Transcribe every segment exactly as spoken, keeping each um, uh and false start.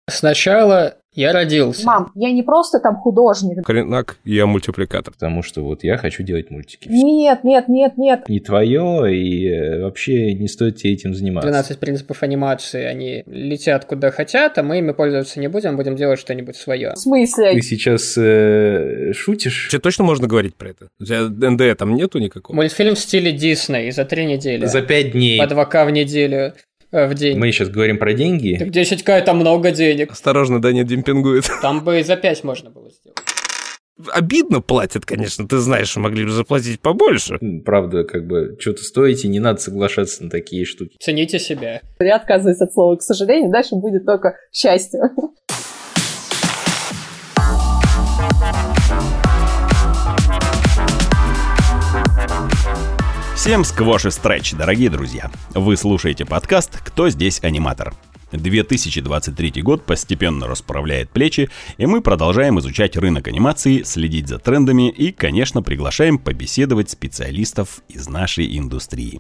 Сначала я родился. Мам, я не просто там художник. Коренак, я мультипликатор. Потому что вот я хочу делать мультики. Нет, нет, нет, нет. Не твое, и вообще не стоит тебе этим заниматься. двенадцать принципов анимации, они летят куда хотят, а мы ими пользоваться не будем, будем делать что-нибудь свое. В смысле? Ты сейчас э, шутишь? Тебе точно можно говорить про это? У тебя эн дэ там нету никакого? Мультфильм в стиле Дисней за три недели. За пять дней. По два ка в неделю. В день. Мы сейчас говорим про деньги. Так десять ка это много денег. Осторожно, да, не демпингует. Там бы и за пять можно было сделать. Обидно платят, конечно, ты знаешь, могли бы заплатить побольше. Правда, как бы, что-то стоите, не надо соглашаться на такие штуки. Цените себя. Я отказываюсь от слова «к сожалению», дальше будет только счастье. Всем сквош и стретч, дорогие друзья! Вы слушаете подкаст «Кто здесь аниматор?». две тысячи двадцать третий год постепенно расправляет плечи, и мы продолжаем изучать рынок анимации, следить за трендами и, конечно, приглашаем побеседовать специалистов из нашей индустрии.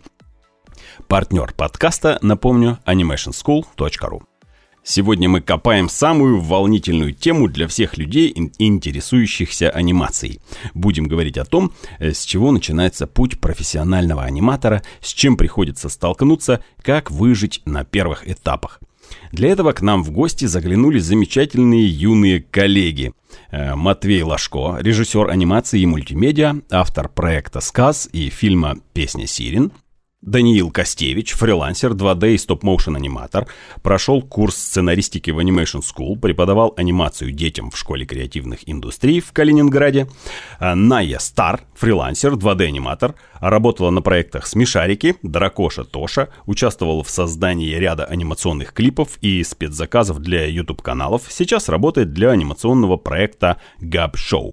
Партнер подкаста, напомню, анимэйшн скул точка ру. Сегодня мы копаем самую волнительную тему для всех людей, интересующихся анимацией. Будем говорить о том, с чего начинается путь профессионального аниматора, с чем приходится столкнуться, как выжить на первых этапах. Для этого к нам в гости заглянули замечательные юные коллеги. Матвей Лашко, режиссер анимации и мультимедиа, автор проекта «Сказ» и фильма «Песня Сирен». Даниил Костевич, фрилансер, два дэ и стоп-моушен аниматор, прошел курс сценаристики в Animation School, преподавал анимацию детям в школе креативных индустрий в Калининграде. Ная Стар, фрилансер, два дэ аниматор, работала на проектах «Смешарики», «Дракоша Тоша», участвовала в создании ряда анимационных клипов и спецзаказов для YouTube-каналов, сейчас работает для анимационного проекта Gab Show.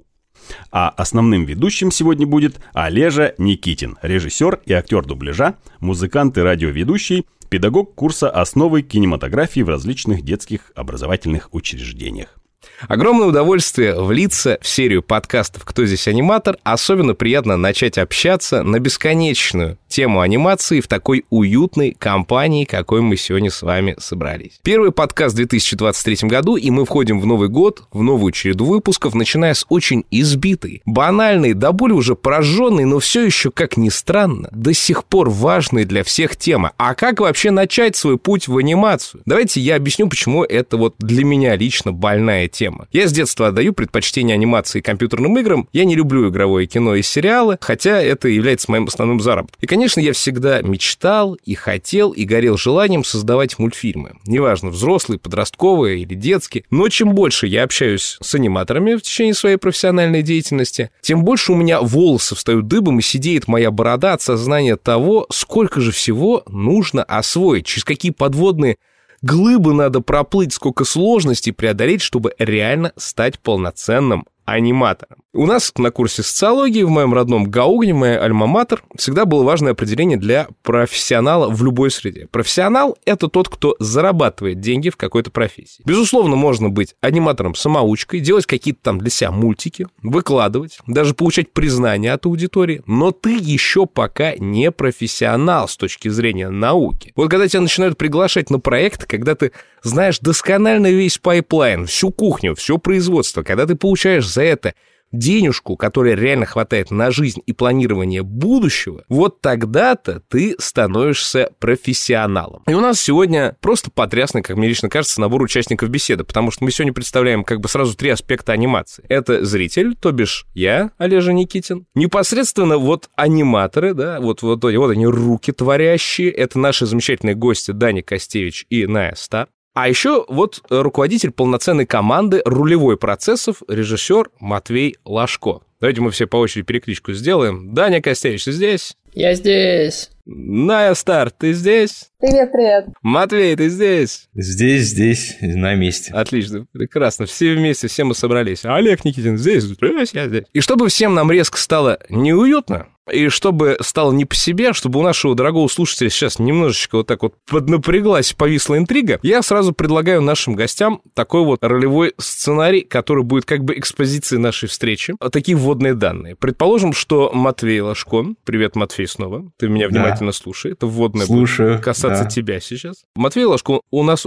А основным ведущим сегодня будет Олежа Никитин, режиссер и актер дубляжа, музыкант и радиоведущий, педагог курса «Основы кинематографии» в различных детских образовательных учреждениях. Огромное удовольствие влиться в серию подкастов «Кто здесь аниматор?». Особенно приятно начать общаться на бесконечную тему анимации в такой уютной компании, какой мы сегодня с вами собрались. Первый подкаст в две тысячи двадцать третьем году, и мы входим в Новый год, в новую череду выпусков, начиная с очень избитой, банальной, до боли уже пораженной, но все еще, как ни странно, до сих пор важной для всех темы. А как вообще начать свой путь в анимацию? Давайте я объясню, почему это вот для меня лично больная тема. Я с детства отдаю предпочтение анимации и компьютерным играм. Я не люблю игровое кино и сериалы, хотя это является моим основным заработком. И, конечно, я всегда мечтал и хотел, и горел желанием создавать мультфильмы. Неважно, взрослые, подростковые или детские. Но чем больше я общаюсь с аниматорами в течение своей профессиональной деятельности, тем больше у меня волосы встают дыбом и сидеет моя борода от сознания того, сколько же всего нужно освоить, через какие подводные глыбы надо проплыть, сколько сложностей преодолеть, чтобы реально стать полноценным аниматором. У нас на курсе социологии в моем родном ГАУГне, моя альма-матер, всегда было важное определение для профессионала в любой среде. Профессионал — это тот, кто зарабатывает деньги в какой-то профессии. Безусловно, можно быть аниматором-самоучкой, делать какие-то там для себя мультики, выкладывать, даже получать признание от аудитории, но ты еще пока не профессионал с точки зрения науки. Вот когда тебя начинают приглашать на проект, когда ты знаешь досконально весь пайплайн, всю кухню, все производство, когда ты получаешь за это денежку, которая реально хватает на жизнь и планирование будущего, вот тогда-то ты становишься профессионалом. И у нас сегодня просто потрясный, как мне лично кажется, набор участников беседы, потому что мы сегодня представляем как бы сразу три аспекта анимации. Это зритель, то бишь я, Олежа Никитин, непосредственно вот аниматоры, да, вот, вот, вот они руки творящие, это наши замечательные гости Даня Костевич и Ная Стар. А еще вот руководитель полноценной команды рулевой процессов, режиссер Матвей Лашко. Давайте мы все по очереди перекличку сделаем. Даня Костевич, ты здесь? Я здесь. Ная Стар, ты здесь? Привет, привет. Матвей, ты здесь? Здесь, здесь, на месте. Отлично, прекрасно. Все вместе, все мы собрались. Олег Никитин здесь, я здесь. И чтобы всем нам резко стало неуютно, и чтобы стало не по себе, чтобы у нашего дорогого слушателя сейчас немножечко вот так вот поднапряглась, повисла интрига, я сразу предлагаю нашим гостям такой вот ролевой сценарий, который будет как бы экспозицией нашей встречи. Такие вводные данные. Предположим, что Матвей Лашко, привет, Матвей, снова, ты меня внимательно да. слушай, это вводное Слушаю, будет касаться да. тебя сейчас. Матвей Лашко у нас уже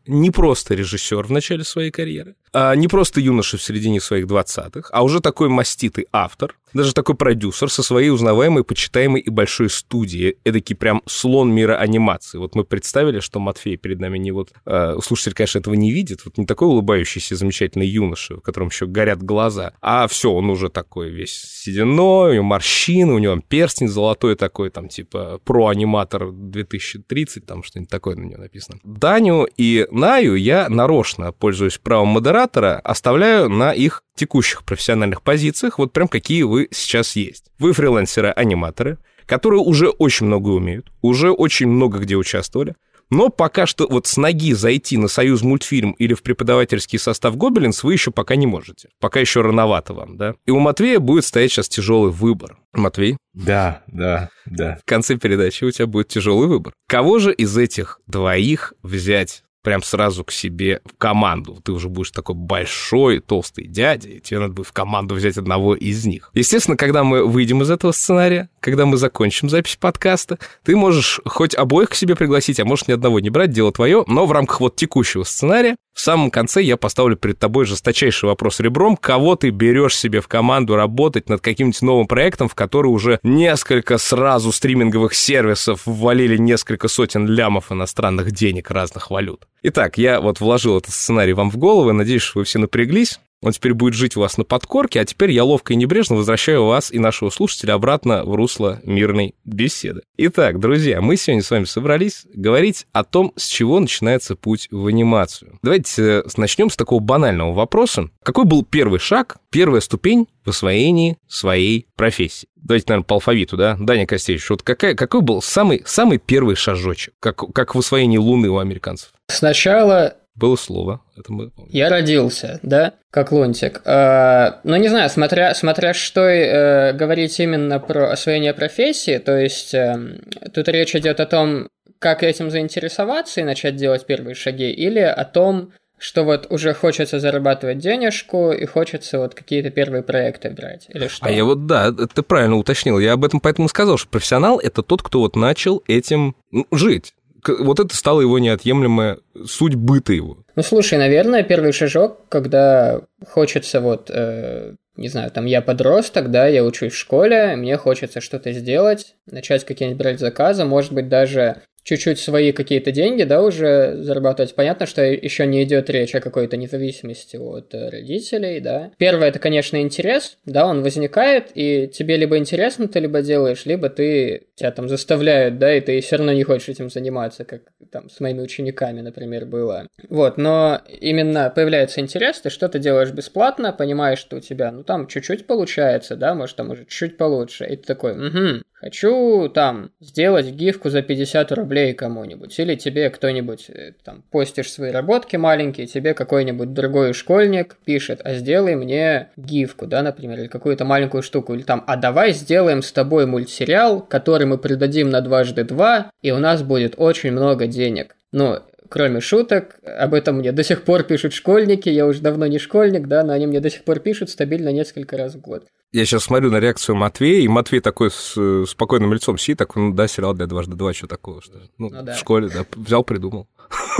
не просто режиссер в начале своей карьеры, а не просто юноша в середине своих двадцатых, а уже такой маститый автор, даже такой продюсер со своей узнаваемой, почитаемой и большой студией, эдакий прям слон мира анимации. Вот мы представили, что Матвей перед нами не вот... Э, слушатель, конечно, этого не видит, вот не такой улыбающийся замечательный юноша, в котором еще горят глаза, а все, он уже такой весь сединой, у него морщины, у него перстень золотой такой, там типа про-аниматор две тысячи тридцать, там что-нибудь такое на него написано. Даню и Наю я нарочно, пользуясь правом модератора, оставляю на их текущих профессиональных позициях, вот прям какие вы сейчас есть. Вы фрилансеры-аниматоры, которые уже очень много умеют, уже очень много где участвовали, но пока что вот с ноги зайти на Союз мультфильм или в преподавательский состав Гобелинс вы еще пока не можете. Пока еще рановато вам, да? И у Матвея будет стоять сейчас тяжелый выбор. Матвей? Да, да, да. В конце передачи у тебя будет тяжелый выбор. Кого же из этих двоих взять прям сразу к себе в команду? Ты уже будешь такой большой, толстый дядя, и тебе надо будет в команду взять одного из них. Естественно, когда мы выйдем из этого сценария, когда мы закончим запись подкаста, ты можешь хоть обоих к себе пригласить, а можешь ни одного не брать, дело твое, но в рамках вот текущего сценария в самом конце я поставлю перед тобой жесточайший вопрос ребром, кого ты берешь себе в команду работать над каким-нибудь новым проектом, в который уже несколько сразу стриминговых сервисов ввалили несколько сотен лямов иностранных денег разных валют. Итак, я вот вложил этот сценарий вам в голову, надеюсь, что вы все напряглись. Он теперь будет жить у вас на подкорке, а теперь я ловко и небрежно возвращаю вас и нашего слушателя обратно в русло мирной беседы. Итак, друзья, мы сегодня с вами собрались говорить о том, с чего начинается путь в анимацию. Давайте начнем с такого банального вопроса. Какой был первый шаг, первая ступень в освоении своей профессии? Давайте, наверное, по алфавиту, да? Даня Костевич, вот какая, какой был самый, самый первый шажочек, как, как в освоении Луны у американцев? Сначала... Было слово, это мы помним. Я родился, да, как лунтик. А, ну, не знаю, смотря, смотря что э, говорить именно про освоение профессии, то есть э, тут речь идет о том, как этим заинтересоваться и начать делать первые шаги, или о том, что вот уже хочется зарабатывать денежку и хочется вот какие-то первые проекты брать, или что? А я вот, да, ты правильно уточнил, я об этом поэтому сказал, что профессионал – это тот, кто вот начал этим ну, жить. Вот это стало его неотъемлемая суть быта его. Ну, слушай, наверное, первый шажок, когда хочется вот, э, не знаю, там я подросток, да, я учусь в школе, мне хочется что-то сделать, начать какие-нибудь брать заказы, может быть, даже чуть-чуть свои какие-то деньги, да, уже зарабатывать. Понятно, что еще не идет речь о какой-то независимости от родителей, да. Первое, это, конечно, интерес, да, он возникает, и тебе либо интересно ты либо делаешь, либо ты, тебя там заставляют, да, и ты все равно не хочешь этим заниматься, как там с моими учениками, например, было. Вот, но именно появляется интерес, ты что-то делаешь бесплатно, понимаешь, что у тебя, ну, там чуть-чуть получается, да, может, там уже чуть-чуть получше, и ты такой, угу, хочу там сделать гифку за пятьдесят рублей кому-нибудь, или тебе кто-нибудь там постишь свои работки маленькие, тебе какой-нибудь другой школьник пишет, а сделай мне гифку, да, например, или какую-то маленькую штуку, или там, а давай сделаем с тобой мультсериал, который мы придадим на дважды два, и у нас будет очень много денег. Ну, кроме шуток, об этом мне до сих пор пишут школьники, я уже давно не школьник, да, но они мне до сих пор пишут стабильно несколько раз в год. Я сейчас смотрю на реакцию Матвея, и Матвей такой с спокойным лицом сидит, так, ну да, сериал для дважды два, что такого, что ну, ну, да. В школе, да, взял, придумал.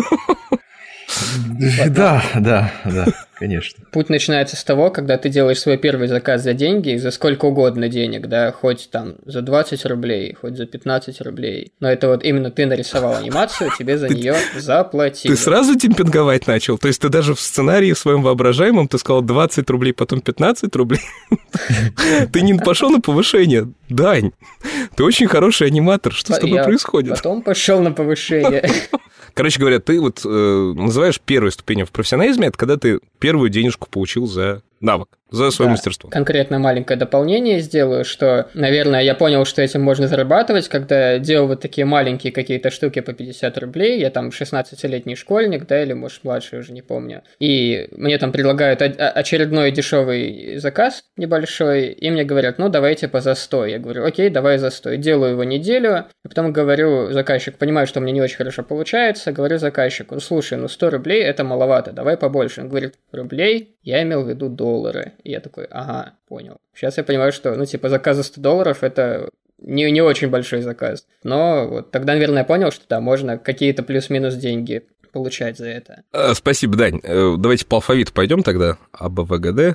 Да, да, да, конечно. Путь начинается с того, когда ты делаешь свой первый заказ за деньги, за сколько угодно денег, да, хоть там за двадцать рублей, хоть за пятнадцать рублей. Но это вот именно ты нарисовал анимацию, тебе за нее заплатили. Ты сразу демпинговать начал? То есть ты даже в сценарии своем воображаемом ты сказал двадцать рублей, потом пятнадцать рублей? Ты не пошел на повышение? Дань, ты очень хороший аниматор, что с тобой происходит? Потом пошел на повышение. Короче говоря, ты вот э, называешь первой ступенью в профессионализме, это когда ты первую денежку получил за навык, за свое да. мастерство. Конкретно маленькое дополнение сделаю, что, наверное, я понял, что этим можно зарабатывать, когда делал вот такие маленькие какие-то штуки по пятьдесят рублей, я там шестнадцатилетний школьник, да, или, может, младший, уже не помню, и мне там предлагают очередной дешевый заказ небольшой, и мне говорят, ну, давай типа за сто. Я говорю, окей, давай за сто. Делаю его неделю, и потом говорю заказчику, понимаю, что у меня не очень хорошо получается, говорю заказчику, ну, слушай, ну, сто рублей это маловато, давай побольше. Он говорит, рублей? Я имел в виду доллары. И я такой, ага, понял. Сейчас я понимаю, что, ну, типа, заказ за сто долларов – это не, не очень большой заказ. Но вот тогда, наверное, я понял, что, да, можно какие-то плюс-минус деньги получать за это. Спасибо, Дань. Давайте по алфавиту пойдем тогда. А, Б, В, Г, Д,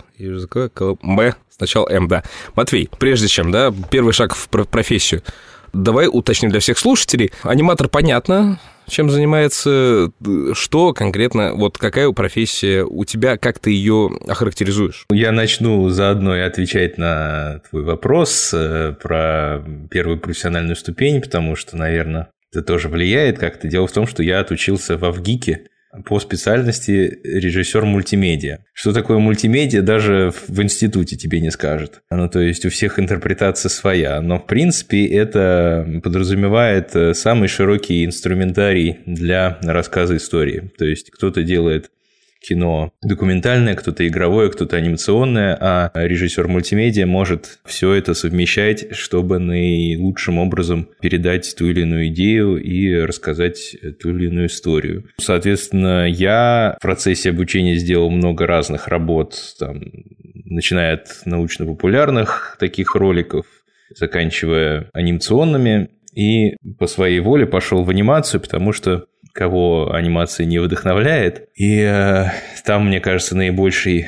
М, сначала М, да. Матвей, прежде чем, да, первый шаг в профессию. Давай уточним для всех слушателей. Аниматор, понятно, чем занимается, что конкретно, вот какая профессия у тебя, как ты ее охарактеризуешь? Я начну заодно и отвечать на твой вопрос про первую профессиональную ступень, потому что, наверное, это тоже влияет как-то. Дело в том, что я отучился во ВГИКе по специальности режиссер мультимедиа. Что такое мультимедиа, даже в институте тебе не скажет. Ну, то есть у всех интерпретация своя. Но, в принципе, это подразумевает самый широкий инструментарий для рассказа истории. То есть кто-то делает кино документальное, кто-то игровое, кто-то анимационное, а режиссер мультимедиа может все это совмещать, чтобы наилучшим образом передать ту или иную идею и рассказать ту или иную историю. Соответственно, я в процессе обучения сделал много разных работ, там, начиная от научно-популярных таких роликов, заканчивая анимационными, и по своей воле пошел в анимацию, потому что кого анимация не вдохновляет. И э, там, мне кажется, наибольший,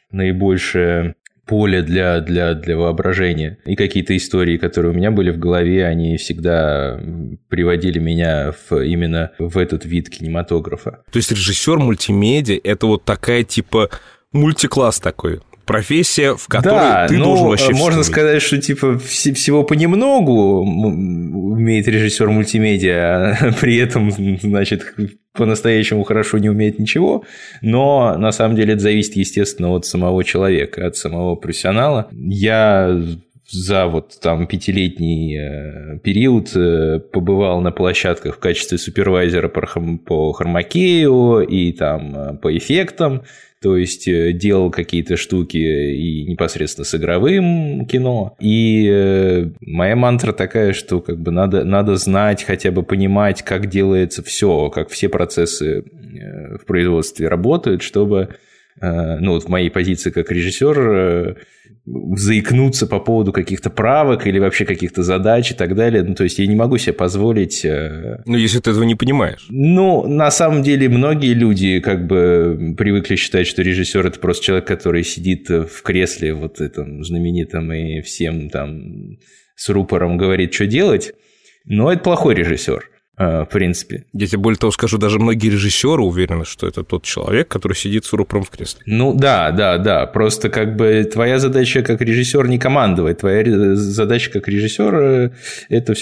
наибольшее поле для, для, для воображения. И какие-то истории, которые у меня были в голове, они всегда приводили меня в, именно в этот вид кинематографа. То есть режиссер мультимедиа – это вот такая типа мультикласс такой? Профессия, в которой да, ты ну, должен вообще... можно сказать, что типа вс- всего понемногу умеет режиссер мультимедиа, а при этом, значит, по-настоящему хорошо не умеет ничего, но на самом деле это зависит, естественно, от самого человека, от самого профессионала. Я за вот там пятилетний период побывал на площадках в качестве супервайзера по хромакею и там по эффектам. То есть делал какие-то штуки и непосредственно с игровым кино. И моя мантра такая, что как бы надо, надо знать, хотя бы понимать, как делается все, как все процессы в производстве работают, чтобы, ну, вот в моей позиции как режиссер, заикнуться по поводу каких-то правок или вообще каких-то задач и так далее. Ну, то есть я не могу себе позволить... Ну, если ты этого не понимаешь. Ну, на самом деле, многие люди как бы привыкли считать, что режиссер – это просто человек, который сидит в кресле вот этом знаменитом и всем там с рупором говорит, что делать. Но это плохой режиссер. В принципе. Я тебе более того скажу, даже многие режиссеры уверены, что это тот человек, который сидит с рупором в кресле. Ну да, да, да. Просто как бы твоя задача как режиссер не командовать. Твоя задача как режиссер это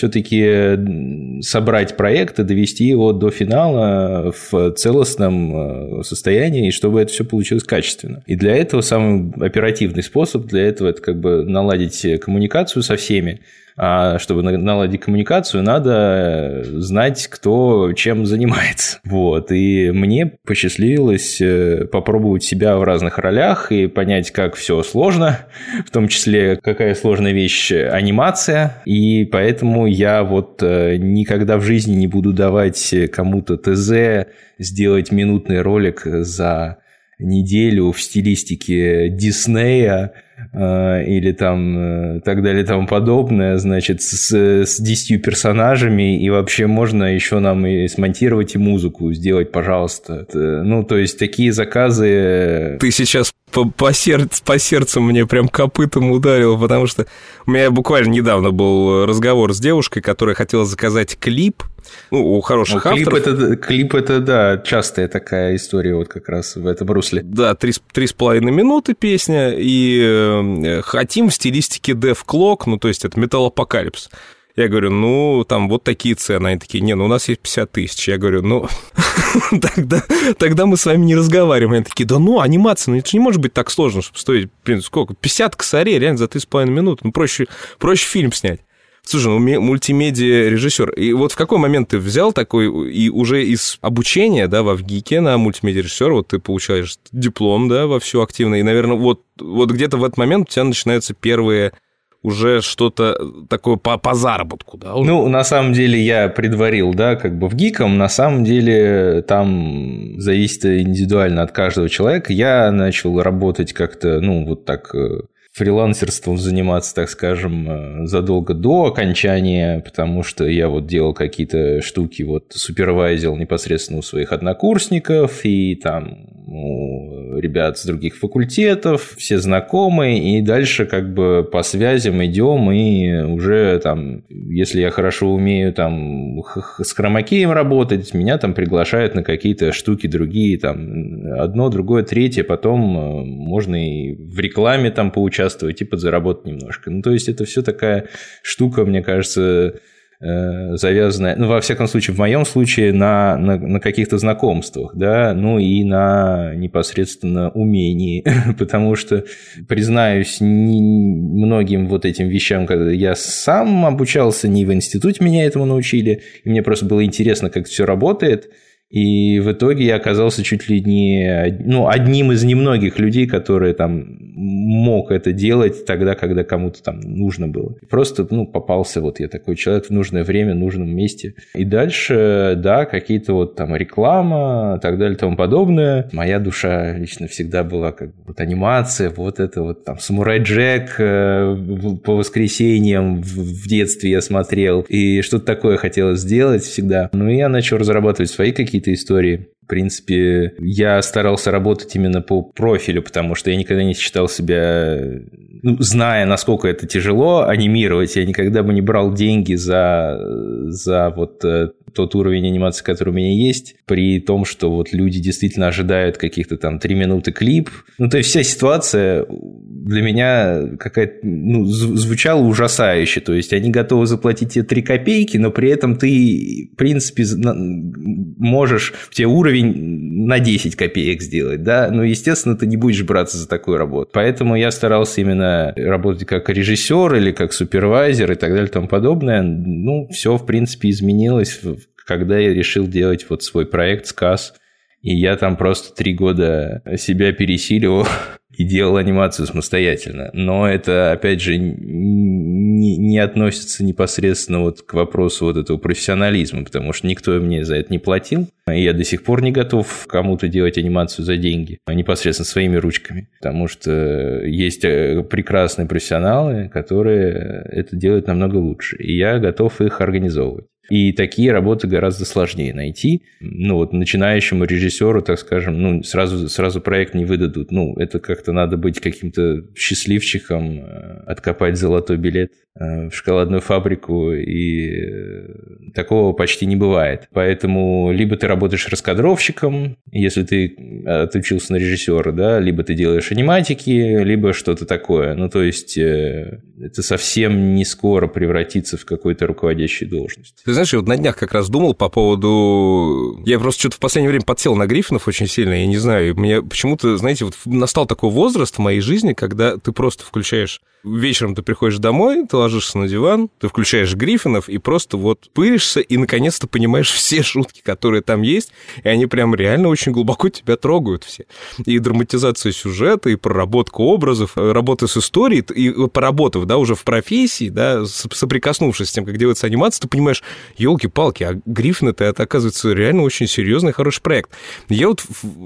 все-таки собрать проект и довести его до финала в целостном состоянии, и чтобы это все получилось качественно. И для этого самый оперативный способ для этого это как бы наладить коммуникацию со всеми. А чтобы наладить коммуникацию, надо знать, кто чем занимается. Вот. И мне посчастливилось попробовать себя в разных ролях и понять, как все сложно, в том числе, какая сложная вещь анимация. И поэтому я вот никогда в жизни не буду давать кому-то ТЗ сделать минутный ролик за неделю в стилистике Диснея или там так далее и тому подобное, значит, с, с десятью персонажами, и вообще можно еще нам и смонтировать и музыку сделать, пожалуйста. Ну, то есть такие заказы... Ты сейчас по, по, сердцу, по сердцу мне прям копытом ударил, потому что у меня буквально недавно был разговор с девушкой, которая хотела заказать клип, ну, у хороших ну, клип авторов. Это, клип – это, да, частая такая история вот как раз в этом русле. Да, три, три с половиной минуты песня, и э, хотим в стилистике Death Clock, ну, то есть это металлопокалипс. Я говорю, ну, там вот такие цены. Они такие, не, ну, у нас есть пятьдесят тысяч. Я говорю, ну, тогда, тогда мы с вами не разговариваем. Они такие, да ну, анимация, ну, это же не может быть так сложно, чтобы стоить, блин, сколько, пятьдесят косарей реально за три с половиной минуты. Ну, проще, проще фильм снять. Слушай, ну, мультимедиа-режиссер. И вот в какой момент ты взял такой, и уже из обучения, да, во ВГИКе на мультимедиа-режиссера, вот ты получаешь диплом, да, вовсю активно, и, наверное, вот, вот где-то в этот момент у тебя начинаются первые уже что-то такое по, по заработку, да? Уже? Ну, на самом деле, я предварил, да, как бы ВГИКом, на самом деле, там зависит индивидуально от каждого человека. Я начал работать как-то, ну, вот так... фрилансерством заниматься, так скажем, задолго до окончания, потому что я вот делал какие-то штуки, вот супервайзил непосредственно у своих однокурсников и там у ребят с других факультетов, все знакомые, и дальше как бы по связям идем, и уже там, если я хорошо умею там с хромакеем работать, меня там приглашают на какие-то штуки другие, там одно, другое, третье, потом можно и в рекламе там поучаствовать и подзаработать немножко. Ну, то есть, это все такая штука, мне кажется, завязанная, ну, во всяком случае, в моем случае, на, на, на каких-то знакомствах, да, ну, и на непосредственно умении, потому что, признаюсь, не, многим вот этим вещам, когда я сам обучался, не в институте меня этому научили, и мне просто было интересно, как все работает. И в итоге я оказался чуть ли не ну, одним из немногих людей, которые там мог это делать тогда, когда кому-то там нужно было. Просто ну, попался вот я такой человек в нужное время, в нужном месте. И дальше, да, какие-то вот там реклама и так далее и тому подобное. Моя душа лично всегда была как бы вот анимация, вот это вот там «Самурай Джек» по воскресеньям в детстве я смотрел. И что-то такое хотелось сделать всегда. Ну и я начал разрабатывать свои какие-то истории. В принципе, я старался работать именно по профилю, потому что я никогда не считал себя, ну, зная, насколько это тяжело анимировать, я никогда бы не брал деньги за, за вот тот уровень анимации, который у меня есть, при том, что вот люди действительно ожидают каких-то там три минуты клип. Ну, то есть, вся ситуация для меня какая-то, ну, звучала ужасающе. То есть, они готовы заплатить тебе три копейки, но при этом ты, в принципе, можешь в тебе уровень на десять копеек сделать, да? Ну, естественно, ты не будешь браться за такую работу. Поэтому я старался именно работать как режиссер или как супервайзер и так далее и тому подобное. Ну, все, в принципе, изменилось, когда я решил делать вот свой проект «Сказ». И я там просто три года себя пересиливал и делал анимацию самостоятельно. Но это, опять же, не, не относится непосредственно вот к вопросу вот этого профессионализма, потому что никто мне за это не платил. И я до сих пор не готов кому-то делать анимацию за деньги, непосредственно своими ручками. Потому что есть прекрасные профессионалы, которые это делают намного лучше. И я готов их организовывать. И такие работы гораздо сложнее найти. Ну, вот начинающему режиссеру, так скажем, ну, сразу, сразу проект не выдадут. Ну, это как-то надо быть каким-то счастливчиком, откопать золотой билет в шоколадную фабрику, и такого почти не бывает. Поэтому либо ты работаешь раскадровщиком, если ты отучился на режиссера, да, либо ты делаешь аниматики, либо что-то такое. Ну, то есть, это совсем не скоро превратится в какую-то руководящую должность. Ты знаешь, я вот на днях как раз думал по поводу... Я просто что-то в последнее время подсел на Гриффинов очень сильно, я не знаю, мне почему-то, знаете, вот настал такой возраст в моей жизни, когда ты просто включаешь... Вечером ты приходишь домой, ты ложишься на диван, ты включаешь Гриффинов и просто вот пыришься, и наконец-то понимаешь все шутки, которые там есть, и они прям реально очень глубоко тебя трогают все. И драматизация сюжета, и проработка образов, работа с историей, и поработав, да, уже в профессии, да, соприкоснувшись с тем, как делается анимация, ты понимаешь, елки-палки, а Гриффины-то это, оказывается, реально очень серьезный, хороший проект. Я вот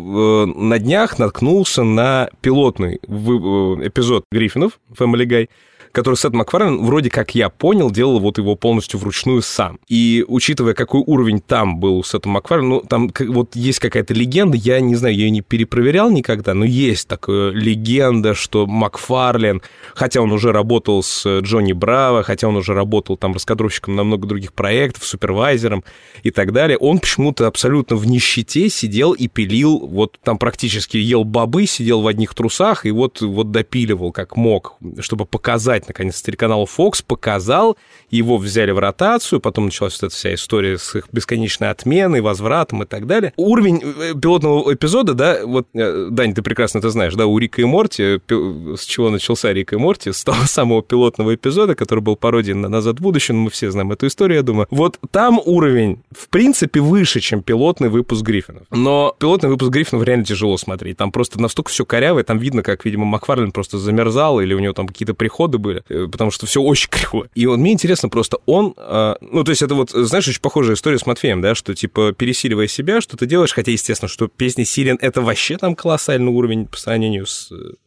на днях наткнулся на пилотный эпизод Гриффинов, Family Guy, который Сет Макфарлейн, вроде как я понял, делал вот его полностью вручную сам. И учитывая, какой уровень там был у Сета Макфарлейна, ну, там вот есть какая-то легенда, я не знаю, я ее не перепроверял никогда, но есть такая легенда, что Макфарлейн, хотя он уже работал с Джонни Браво, хотя он уже работал там раскадровщиком на много других проектов, супервайзером и так далее, он почему-то абсолютно в нищете сидел и пилил, вот там практически ел бобы, сидел в одних трусах и вот, вот допиливал как мог, чтобы показать, наконец, телеканал Fox показал, его взяли в ротацию, потом началась вот эта вся история с их бесконечной отменой, возвратом и так далее. Уровень пилотного эпизода, да, вот, Дань, ты прекрасно это знаешь, да, у Рика и Морти, с чего начался Рик и Морти, с того самого пилотного эпизода, который был пародией на «Назад в будущее», мы все знаем эту историю, я думаю. Вот там уровень, в принципе, выше, чем пилотный выпуск Гриффинов. Но пилотный выпуск Гриффинов реально тяжело смотреть. Там просто настолько все корявое, там видно, как, видимо, Макфарлейн просто замерзал, или у него там какие-то приходы были, потому что все очень криво. И вот мне интересно просто, он... Э, ну, то есть это вот, знаешь, очень похожая история с Матфеем, да, что, типа, пересиливая себя, что ты делаешь, хотя, естественно, что песни Сирен — это вообще там колоссальный уровень по сравнению с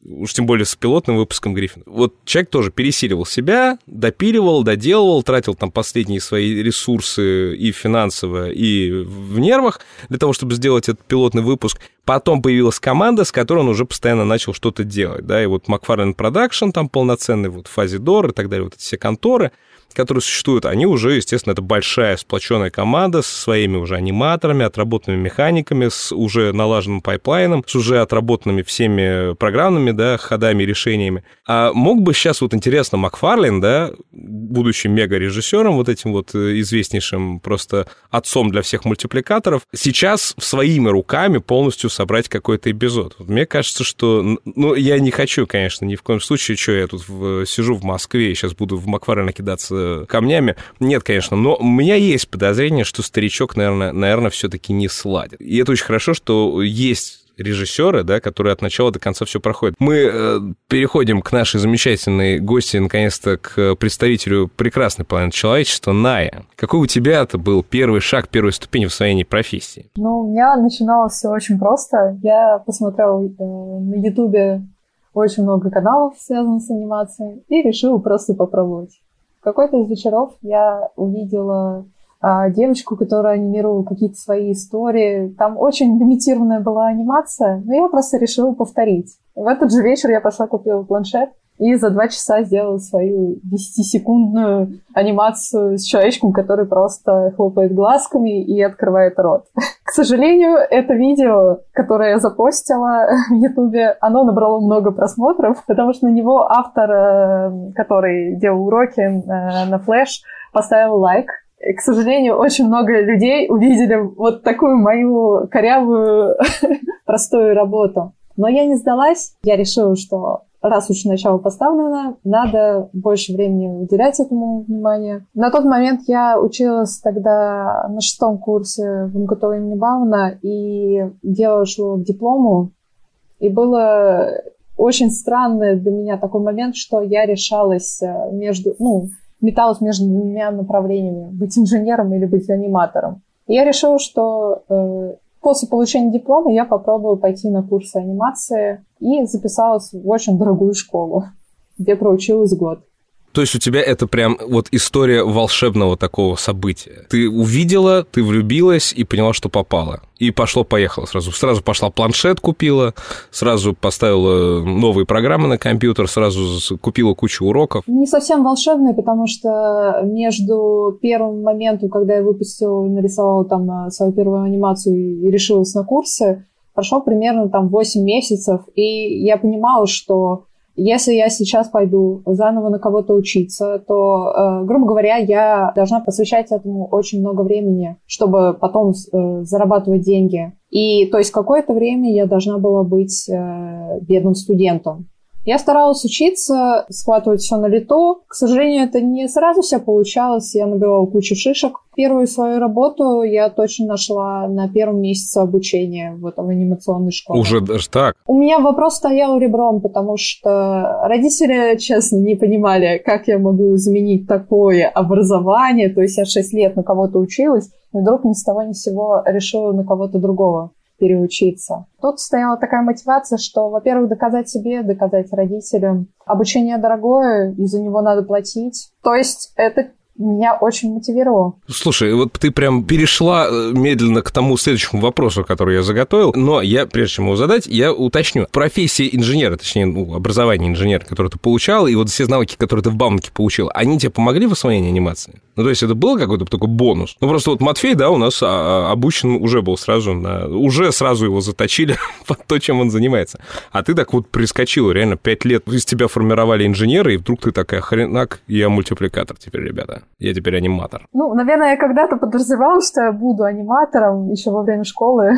уж тем более с пилотным выпуском Гриффина. Вот человек тоже пересиливал себя, допиливал, доделывал, тратил там последние свои ресурсы и финансово, и в нервах для того, чтобы сделать этот пилотный выпуск. Потом появилась команда, с которой он уже постоянно начал что-то делать, да, и вот McFarlane Production там полноценный, вот Fuzzy Door и так далее, вот эти все конторы, которые существуют, они уже, естественно, это большая сплоченная команда со своими уже аниматорами, отработанными механиками, с уже налаженным пайплайном, с уже отработанными всеми программными, да, ходами, решениями. А мог бы сейчас, вот интересно, Макфарлейн, да, будучи мега-режиссером, вот этим вот известнейшим просто отцом для всех мультипликаторов, сейчас своими руками полностью собрать какой-то эпизод? Вот мне кажется, что... Ну, я не хочу, конечно, ни в коем случае, что я тут в, сижу в Москве и сейчас буду в Макфарлейна кидаться камнями. Нет, конечно, но у меня есть подозрение, что старичок, наверное, наверное, все-таки не сладит. И это очень хорошо, что есть режиссеры, да, которые от начала до конца все проходят. Мы э, переходим к нашей замечательной гости, наконец-то, к представителю прекрасной половины человечества, Ная. Какой у тебя-то был первый шаг, первая ступень в освоении профессии? Ну, у меня начиналось все очень просто. Я посмотрела э, на Ютубе очень много каналов, связанных с анимацией, и решила просто попробовать. В какой-то из вечеров я увидела а, девочку, которая анимировала какие-то свои истории. Там очень лимитированная была анимация, но я просто решила повторить. В этот же вечер я пошла купила планшет и за два часа сделала свою десятисекундную анимацию с человечком, который просто хлопает глазками и открывает рот. К сожалению, это видео, которое я запостила в Ютубе, оно набрало много просмотров, потому что на него автор, который делал уроки на Flash, поставил лайк. И, к сожалению, очень много людей увидели вот такую мою корявую, простую работу. Но я не сдалась. Я решила, что раз уж начало поставлено, надо больше времени уделять этому внимание. На тот момент я училась тогда на шестом курсе в МГТУ имени Бауна и дело шло к диплому. И было очень странный для меня такой момент, что я решалась между, ну, металась между двумя направлениями: быть инженером или быть аниматором. И я решила, что э, после получения диплома я попробую пойти на курсы анимации и записалась в очень дорогую школу, где проучилась год. То есть у тебя это прям вот история волшебного такого события. Ты увидела, ты влюбилась и поняла, что попала. И пошло-поехало сразу. Сразу пошла планшет купила, сразу поставила новые программы на компьютер, сразу купила кучу уроков. Не совсем волшебный, потому что между первым моментом, когда я выпустила и нарисовала там свою первую анимацию и решилась на курсы, прошло примерно там восемь месяцев, и я понимала, что если я сейчас пойду заново на кого-то учиться, то, э, грубо говоря, я должна посвящать этому очень много времени, чтобы потом э, зарабатывать деньги. И, то есть, какое-то время я должна была быть э, бедным студентом. Я старалась учиться, схватывать все на лету. К сожалению, это не сразу все получалось. Я набивала кучу шишек. Первую свою работу я точно нашла на первом месяце обучения в этом анимационной школе. Уже даже так? У меня вопрос стоял ребром, потому что родители, честно, не понимали, как я могу заменить такое образование. То есть я шесть лет на кого-то училась, и вдруг ни с того ни с сего решила на кого-то другого переучиться. Тут стояла такая мотивация, что, во-первых, доказать себе, доказать родителям. Обучение дорогое, и за него надо платить. То есть это меня очень мотивировало. Слушай, вот ты прям перешла медленно к тому следующему вопросу, который я заготовил, но я, прежде чем его задать, я уточню. Профессия инженера, точнее, ну, образование инженера, которое ты получал, и вот все навыки, которые ты в Бауманке получил, они тебе помогли в освоении анимации? Ну, то есть это был какой-то такой бонус? Ну, просто вот Матфей, да, у нас обучен уже был сразу, на... уже сразу его заточили под то, чем он занимается. А ты так вот прискочила, реально, пять лет из тебя формировали инженеры, и вдруг ты такая, хренак, я мультипликатор теперь, ребята. Я теперь аниматор. Ну, наверное, я когда-то подразумевала, что я буду аниматором еще во время школы.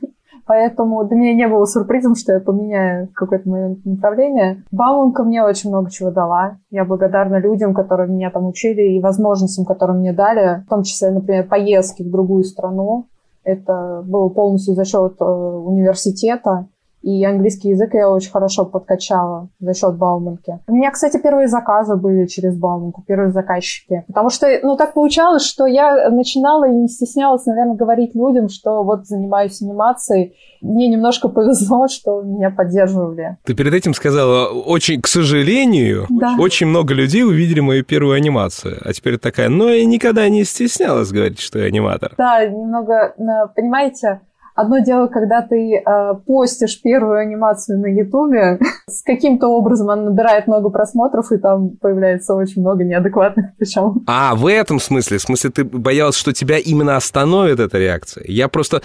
Поэтому для меня не было сюрпризом, что я поменяю в какой-то момент направление. Бауманка мне очень много чего дала. Я благодарна людям, которые меня там учили, и возможностям, которые мне дали. В том числе, например, поездки в другую страну. Это было полностью за счет университета. И английский язык я очень хорошо подкачала за счет Бауманки. У меня, кстати, первые заказы были через Бауманку, первые заказчики. Потому что, ну, так получалось, что я начинала и не стеснялась, наверное, говорить людям, что вот занимаюсь анимацией. Мне немножко повезло, что меня поддерживали. Ты перед этим сказала, очень, к сожалению, да. очень много людей увидели мою первую анимацию. А теперь такая, ну, я никогда не стеснялась говорить, что я аниматор. Да, немного, понимаете... Одно дело, когда ты э, постишь первую анимацию на Ютубе, с каким-то образом она набирает много просмотров, и там появляется очень много неадекватных причем. А, в этом смысле? В смысле, ты боялась, что тебя именно остановит эта реакция? Я просто...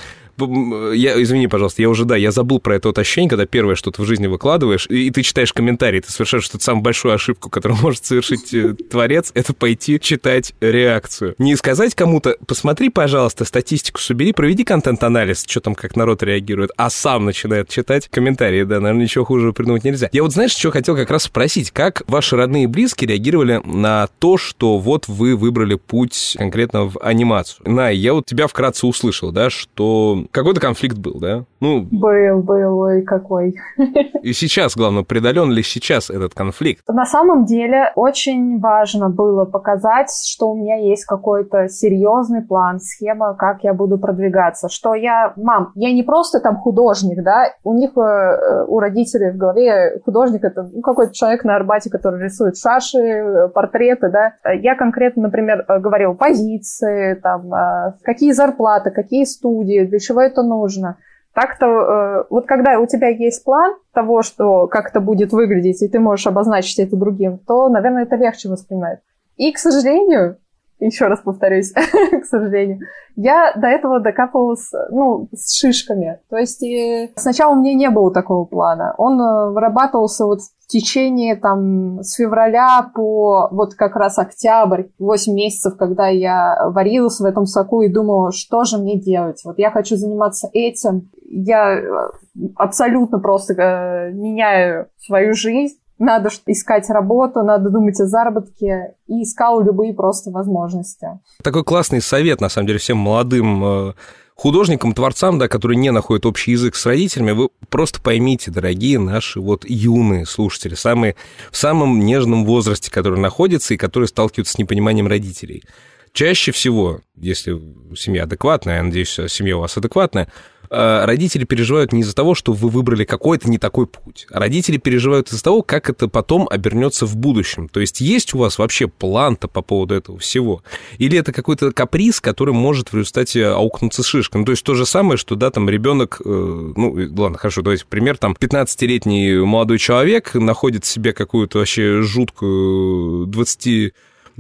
Я, извини, пожалуйста, я уже, да, я забыл про это вот ощущение, когда первое, что ты в жизни выкладываешь, и, и ты читаешь комментарии, ты совершаешь что-то самую большую ошибку, которую может совершить э, творец, это пойти читать реакцию. Не сказать кому-то, посмотри, пожалуйста, статистику собери, проведи контент-анализ, что там, как народ реагирует, а сам начинает читать комментарии, да, наверное, ничего хуже придумать нельзя. Я вот, знаешь, что хотел как раз спросить, как ваши родные и близкие реагировали на то, что вот вы выбрали путь конкретно в анимацию? Най, я вот тебя вкратце услышал, да, что какой-то конфликт был, да? Ну, был, был, ой, какой. И сейчас, главное, преодолен ли сейчас этот конфликт? На самом деле, очень важно было показать, что у меня есть какой-то серьезный план, схема, как я буду продвигаться. Что я, мам, я не просто там художник, да? У них, у родителей в голове художник — это ну, какой-то человек на Арбате, который рисует шаши, портреты, да? Я конкретно, например, говорила позиции, там, какие зарплаты, какие студии, для чего это нужно. Так-то, э, вот когда у тебя есть план того, что как это будет выглядеть, и ты можешь обозначить это другим, то, наверное, это легче воспринимать. И, к сожалению, еще раз повторюсь, к сожалению, я до этого докапывалась, ну, с шишками. То есть и сначала у меня не было такого плана. Он вырабатывался вот в течение, там, с февраля по вот как раз октябрь, восемь месяцев, когда я варилась в этом соку и думала, что же мне делать. Вот я хочу заниматься этим. Я абсолютно просто э, меняю свою жизнь. Надо искать работу, надо думать о заработке, и искал любые просто возможности. Такой классный совет, на самом деле, всем молодым художникам, творцам, да, которые не находят общий язык с родителями. Вы просто поймите, дорогие наши вот юные слушатели, самые, в самом нежном возрасте, который находится и которые сталкиваются с непониманием родителей. Чаще всего, если семья адекватная, я надеюсь, семья у вас адекватная, родители переживают не из-за того, что вы выбрали какой-то не такой путь, а родители переживают из-за того, как это потом обернется в будущем. То есть есть у вас вообще план-то по поводу этого всего? Или это какой-то каприз, который может в результате аукнуться шишкой? Ну, то есть то же самое, что, да, там ребенок, ну, ладно, хорошо, давайте пример, там пятнадцатилетний молодой человек находит в себе какую-то вообще жуткую двадцати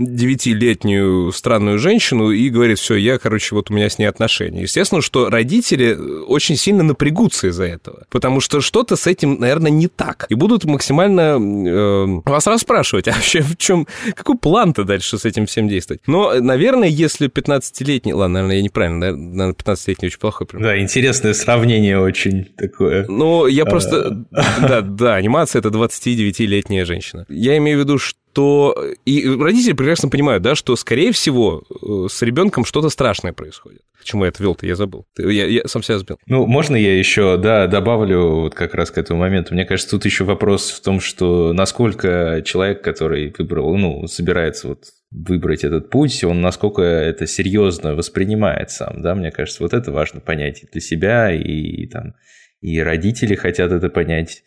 девятилетнюю странную женщину и говорит, все, я, короче, вот у меня с ней отношения. Естественно, что родители очень сильно напрягутся из-за этого, потому что что-то с этим, наверное, не так. И будут максимально э, вас расспрашивать, а вообще в чем, какой план-то дальше с этим всем действовать? Но, наверное, если пятнадцатилетний... Ладно, наверное, я неправильно, наверное, пятнадцатилетний очень плохой пример. Да, интересное сравнение очень такое. Ну, я просто... Да, да, анимация — это двадцатидевятилетняя женщина. Я имею в виду, что то и родители прекрасно понимают, да, что, скорее всего, с ребенком что-то страшное происходит. К чему я это вел-то, я забыл. Я, я сам себя сбил. Ну, можно я еще, да, добавлю вот как раз к этому моменту? Мне кажется, тут еще вопрос в том, что насколько человек, который выбрал, ну, собирается вот выбрать этот путь, он насколько это серьезно воспринимает сам, да, мне кажется, вот это важно понять и для себя, и, и там, и родители хотят это понять,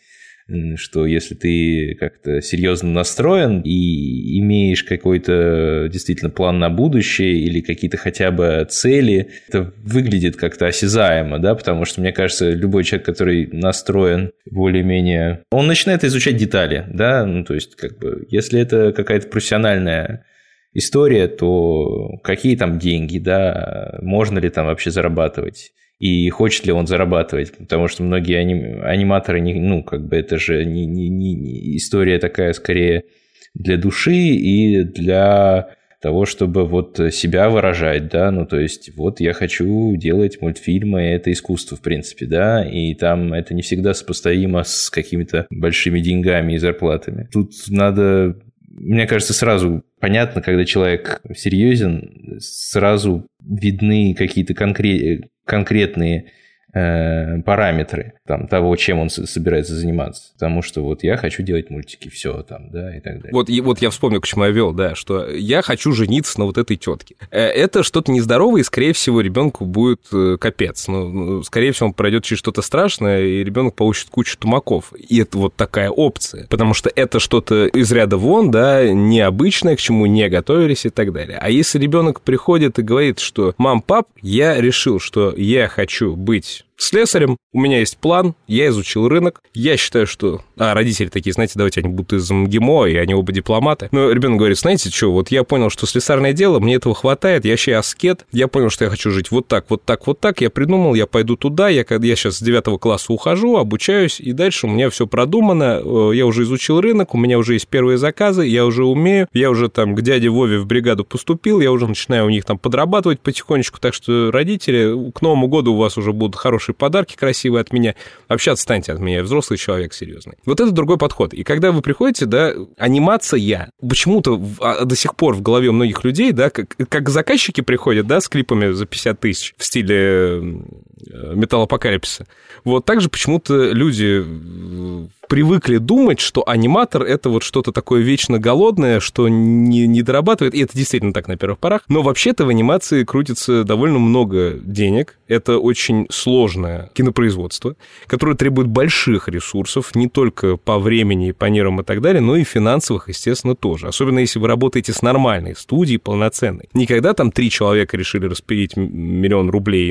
что если ты как-то серьезно настроен и имеешь какой-то действительно план на будущее или какие-то хотя бы цели, это выглядит как-то осязаемо, да, потому что, мне кажется, любой человек, который настроен более-менее, он начинает изучать детали, да, ну, то есть, как бы, если это какая-то профессиональная история, то какие там деньги, да, можно ли там вообще зарабатывать? И хочет ли он зарабатывать, потому что многие аним... аниматоры, не, ну, как бы это же не, не, не история такая скорее для души и для того, чтобы вот себя выражать, да, ну, то есть вот я хочу делать мультфильмы, это искусство, в принципе, да, и там это не всегда сопоставимо с какими-то большими деньгами и зарплатами. Тут надо... Мне кажется, сразу понятно, когда человек серьезен, сразу видны какие-то конкрет... конкретные э, параметры там, того, чем он собирается заниматься. Потому что вот я хочу делать мультики, все там, да, и так далее. Вот, и, вот я вспомнил, к чему я вел, да, что я хочу жениться на вот этой тетке. Это что-то нездоровое, и, скорее всего, ребенку будет капец. Ну, скорее всего, он пройдет через что-то страшное, и ребенок получит кучу тумаков. И это вот такая опция. Потому что это что-то из ряда вон, да, необычное, к чему не готовились и так далее. А если ребенок приходит и говорит, что «мам, пап, я решил, что я хочу быть слесарем, у меня есть план, я изучил рынок, я считаю, что...» А родители такие, знаете, давайте они будут из МГИМО, и они оба дипломаты. Но ребенок говорит, знаете что, вот я понял, что слесарное дело, мне этого хватает, я вообще аскет, я понял, что я хочу жить вот так, вот так, вот так, я придумал, я пойду туда, я, я сейчас с девятого класса ухожу, обучаюсь, и дальше у меня все продумано, я уже изучил рынок, у меня уже есть первые заказы, я уже умею, я уже там к дяде Вове в бригаду поступил, я уже начинаю у них там подрабатывать потихонечку, так что родители, к Новому году у вас уже будут хорошие подарки красивые от меня, общаться станьте от меня, я взрослый человек серьезный. Вот это другой подход. И когда вы приходите, да, анимация, почему-то в, до сих пор в голове у многих людей, да, как, как заказчики приходят, да, с клипами за пятьдесят тысяч в стиле металлопокалипсиса, вот так же почему-то люди привыкли думать, что аниматор — это вот что-то такое вечно голодное, что не, не дорабатывает, и это действительно так на первых порах, но вообще-то в анимации крутится довольно много денег, это очень сложное кинопроизводство, которое требует больших ресурсов, не только по времени, по нервам и так далее, но и финансовых, естественно, тоже, особенно если вы работаете с нормальной студией, полноценной. Никогда там три человека решили распилить миллион рублей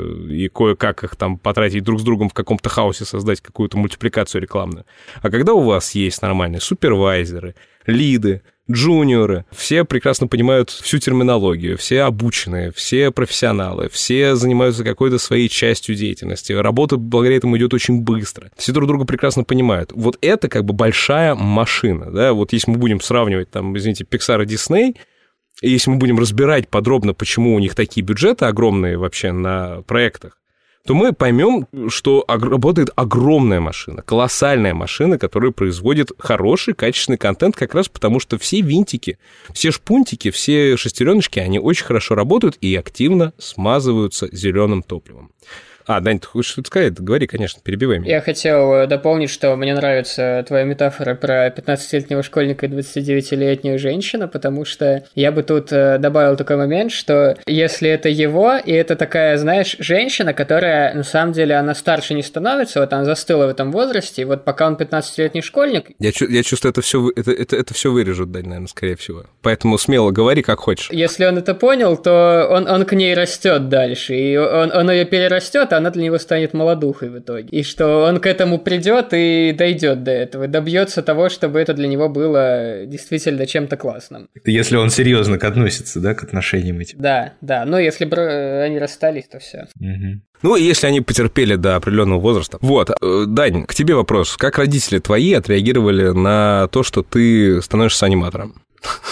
и кое-как их там потратить друг с другом в каком-то хаосе, создать какую-то мультипликацию рекламную. А когда у вас есть нормальные супервайзеры, лиды, джуниоры, все прекрасно понимают всю терминологию, все обученные, все профессионалы, все занимаются какой-то своей частью деятельности, работа благодаря этому идет очень быстро, все друг друга прекрасно понимают. Вот это как бы большая машина, да, вот если мы будем сравнивать, там, извините, Pixar и Disney, и если мы будем разбирать подробно, почему у них такие бюджеты огромные вообще на проектах, то мы поймем, что работает огромная машина, колоссальная машина, которая производит хороший, качественный контент, как раз потому, что все винтики, все шпунтики, все шестереночки, они очень хорошо работают и активно смазываются зеленым топливом. А, Дань, ты хочешь что-то сказать? Говори, конечно, перебивай меня. Я хотел дополнить, что мне нравится твоя метафора про пятнадцатилетнего школьника и двадцатидевятилетнюю женщину, потому что я бы тут добавил такой момент, что если это его, и это такая, знаешь, женщина, которая, на самом деле, она старше не становится, вот она застыла в этом возрасте, и вот пока он пятнадцатилетний школьник... Я, я чувствую, это все, это, это, это все вырежут, Дань, наверное, скорее всего. Поэтому смело говори, как хочешь. Если он это понял, то он, он к ней растет дальше, и он, он ее перерастет, а она для него станет молодухой в итоге. И что он к этому придет и дойдет до этого, добьется того, чтобы это для него было действительно чем-то классным. Это если он серьезно относится, да, к отношениям этим. Да, да. Но если бы они расстались, то все. Угу. Ну, если они потерпели до определенного возраста. Вот, Дань, к тебе вопрос. Как родители твои отреагировали на то, что ты становишься аниматором?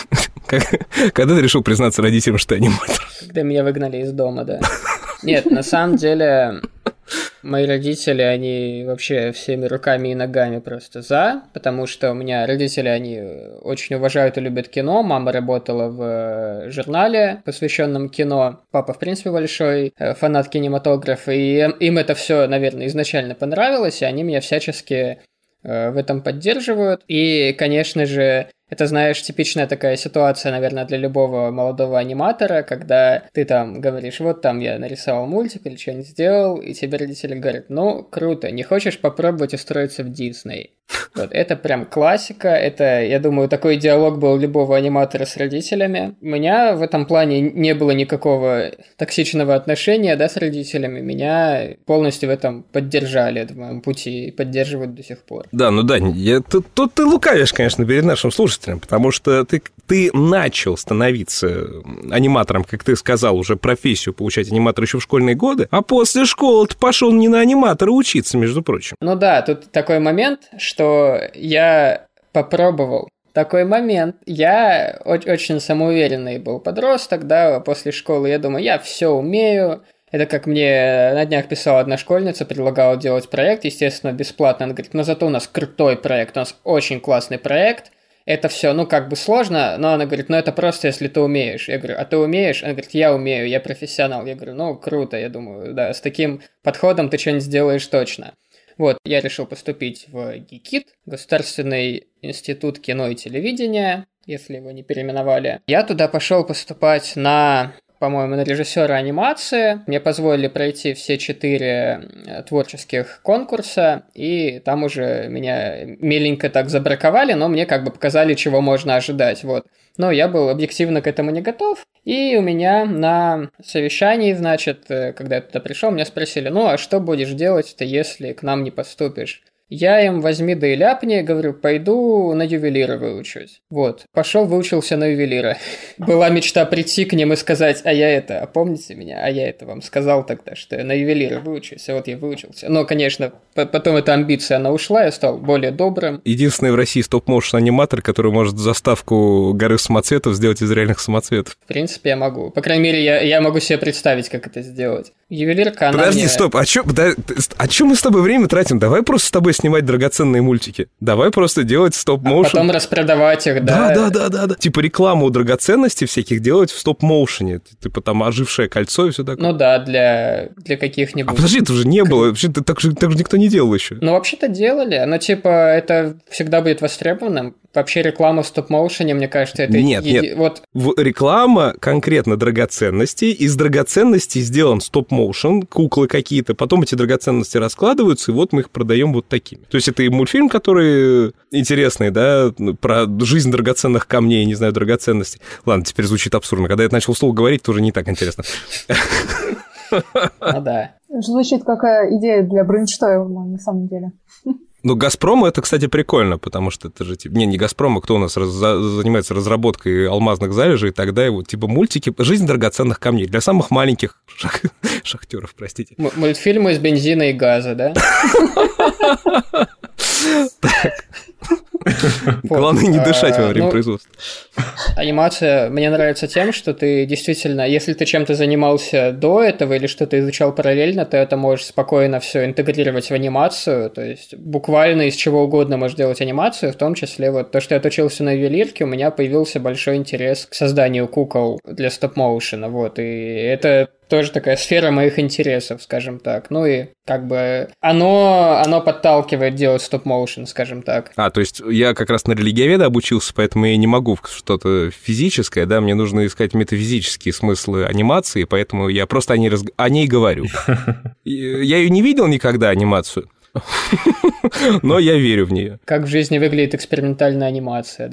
Когда ты решил признаться родителям, что ты аниматор? Когда меня выгнали из дома, да. Нет, на самом деле, мои родители, они вообще всеми руками и ногами просто за, потому что у меня родители, они очень уважают и любят кино. Мама работала в журнале, посвященном кино. Папа, в принципе, большой фанат кинематографа, и им это все, наверное, изначально понравилось, и они меня всячески в этом поддерживают. И, конечно же, это, знаешь, типичная такая ситуация, наверное, для любого молодого аниматора, когда ты там говоришь, вот там я нарисовал мультик или что-нибудь сделал, и тебе родители говорят, ну, круто, не хочешь попробовать устроиться в Дисней? Вот, это прям классика, это, я думаю, такой диалог был любого аниматора с родителями. У меня в этом плане не было никакого токсичного отношения, да, с родителями, меня полностью в этом поддержали, в моем пути, и поддерживают до сих пор. Да, ну, Дань, я, тут, тут ты лукавишь, конечно, перед нашим слушателем, потому что ты, ты начал становиться аниматором, как ты сказал, уже профессию получать аниматор еще в школьные годы, а после школы ты пошел не на аниматора учиться, между прочим. Ну да, тут такой момент, что что я попробовал. Такой момент. Я очень самоуверенный был подросток, да, после школы. Я думаю, я все умею. Это как мне на днях писала одна школьница, предлагала делать проект, естественно, бесплатно. Она говорит, но зато у нас крутой проект, у нас очень классный проект. это все, ну, как бы сложно, но она говорит, ну, это просто, если ты умеешь. Я говорю, а ты умеешь? Она говорит, я умею, я профессионал. Я говорю, ну, круто, я думаю, да, с таким подходом ты что-нибудь сделаешь точно. Вот, я решил поступить в ГИКИТ, Государственный институт кино и телевидения, если его не переименовали. Я туда пошел поступать на, по-моему, на режиссера анимации. Мне позволили пройти все четыре творческих конкурса, и там уже меня миленько так забраковали, но мне как бы показали, чего можно ожидать, вот. Но я был объективно к этому не готов, и у меня на совещании, значит, когда я туда пришел, меня спросили, ну, а что будешь делать-то, если к нам не поступишь? Я им возьми да и ляпни, говорю, пойду на ювелира выучусь. Вот, пошел выучился на ювелира. Была мечта прийти к ним и сказать, а я это, а помните меня, а я это вам сказал тогда, что я на ювелира выучусь, а вот я выучился. Но, конечно, потом эта амбиция, она ушла, я стал более добрым. Единственный в России стоп-моушен аниматор, который может заставку горы самоцветов сделать из реальных самоцветов. В принципе, я могу. По крайней мере, я, я могу себе представить, как это сделать. Ювелирка, она Подожди, мне... стоп, а чё, да, а чё мы с тобой время тратим? Давай просто с тобой снимать драгоценные мультики. Давай просто делать стоп-моушен. А потом распродавать их, да? Да, да, да, да, да. Типа рекламу драгоценностей всяких делать в стоп-моушене. Типа там ожившее кольцо и все такое. Ну да, для, для каких-нибудь... А подожди, это уже не было. Вообще так же, так же никто не делал еще. Ну, вообще-то делали. Но типа это всегда будет востребованным. Вообще реклама в стоп-моушене, мне кажется, это... Нет, еди... нет. Вот... Реклама конкретно драгоценностей. Из драгоценностей сделан стоп-моушен, куклы какие-то. Потом эти драгоценности раскладываются, и вот мы их продаем вот такими. То есть это и мультфильм, который интересный, да, про жизнь драгоценных камней, не знаю, драгоценностей. Ладно, теперь звучит абсурдно. Когда я начал вслух говорить, тоже не так интересно. Ну да. Звучит как идея для брейншторма, на самом деле. Ну, «Газпром» — это, кстати, прикольно, потому что это же, типа... Не, не «Газпром», а кто у нас раз... занимается разработкой алмазных залежей, тогда его, типа, мультики «Жизнь драгоценных камней» для самых маленьких шах... шахтеров, простите. М- мультфильмы из бензина и газа, да? Так. Главное не дышать во время производства. Анимация мне нравится тем, что ты действительно, если ты чем-то занимался до этого или что-то изучал параллельно, то это можешь спокойно все интегрировать в анимацию, то есть буквально из чего угодно можешь делать анимацию, в том числе вот то, что я отучился на ювелирке, у меня появился большой интерес к созданию кукол для стоп-моушена, вот, и это тоже такая сфера моих интересов, скажем так. Ну и как бы оно, оно подталкивает делать стоп-моушен, скажем так. А, то есть я как раз на религиоведа обучился, поэтому я не могу в что-то физическое, да, мне нужно искать метафизические смыслы анимации, поэтому я просто о ней, разг... о ней говорю. Я ее не видел никогда, анимацию, но я верю в нее. Как в жизни выглядит экспериментальная анимация,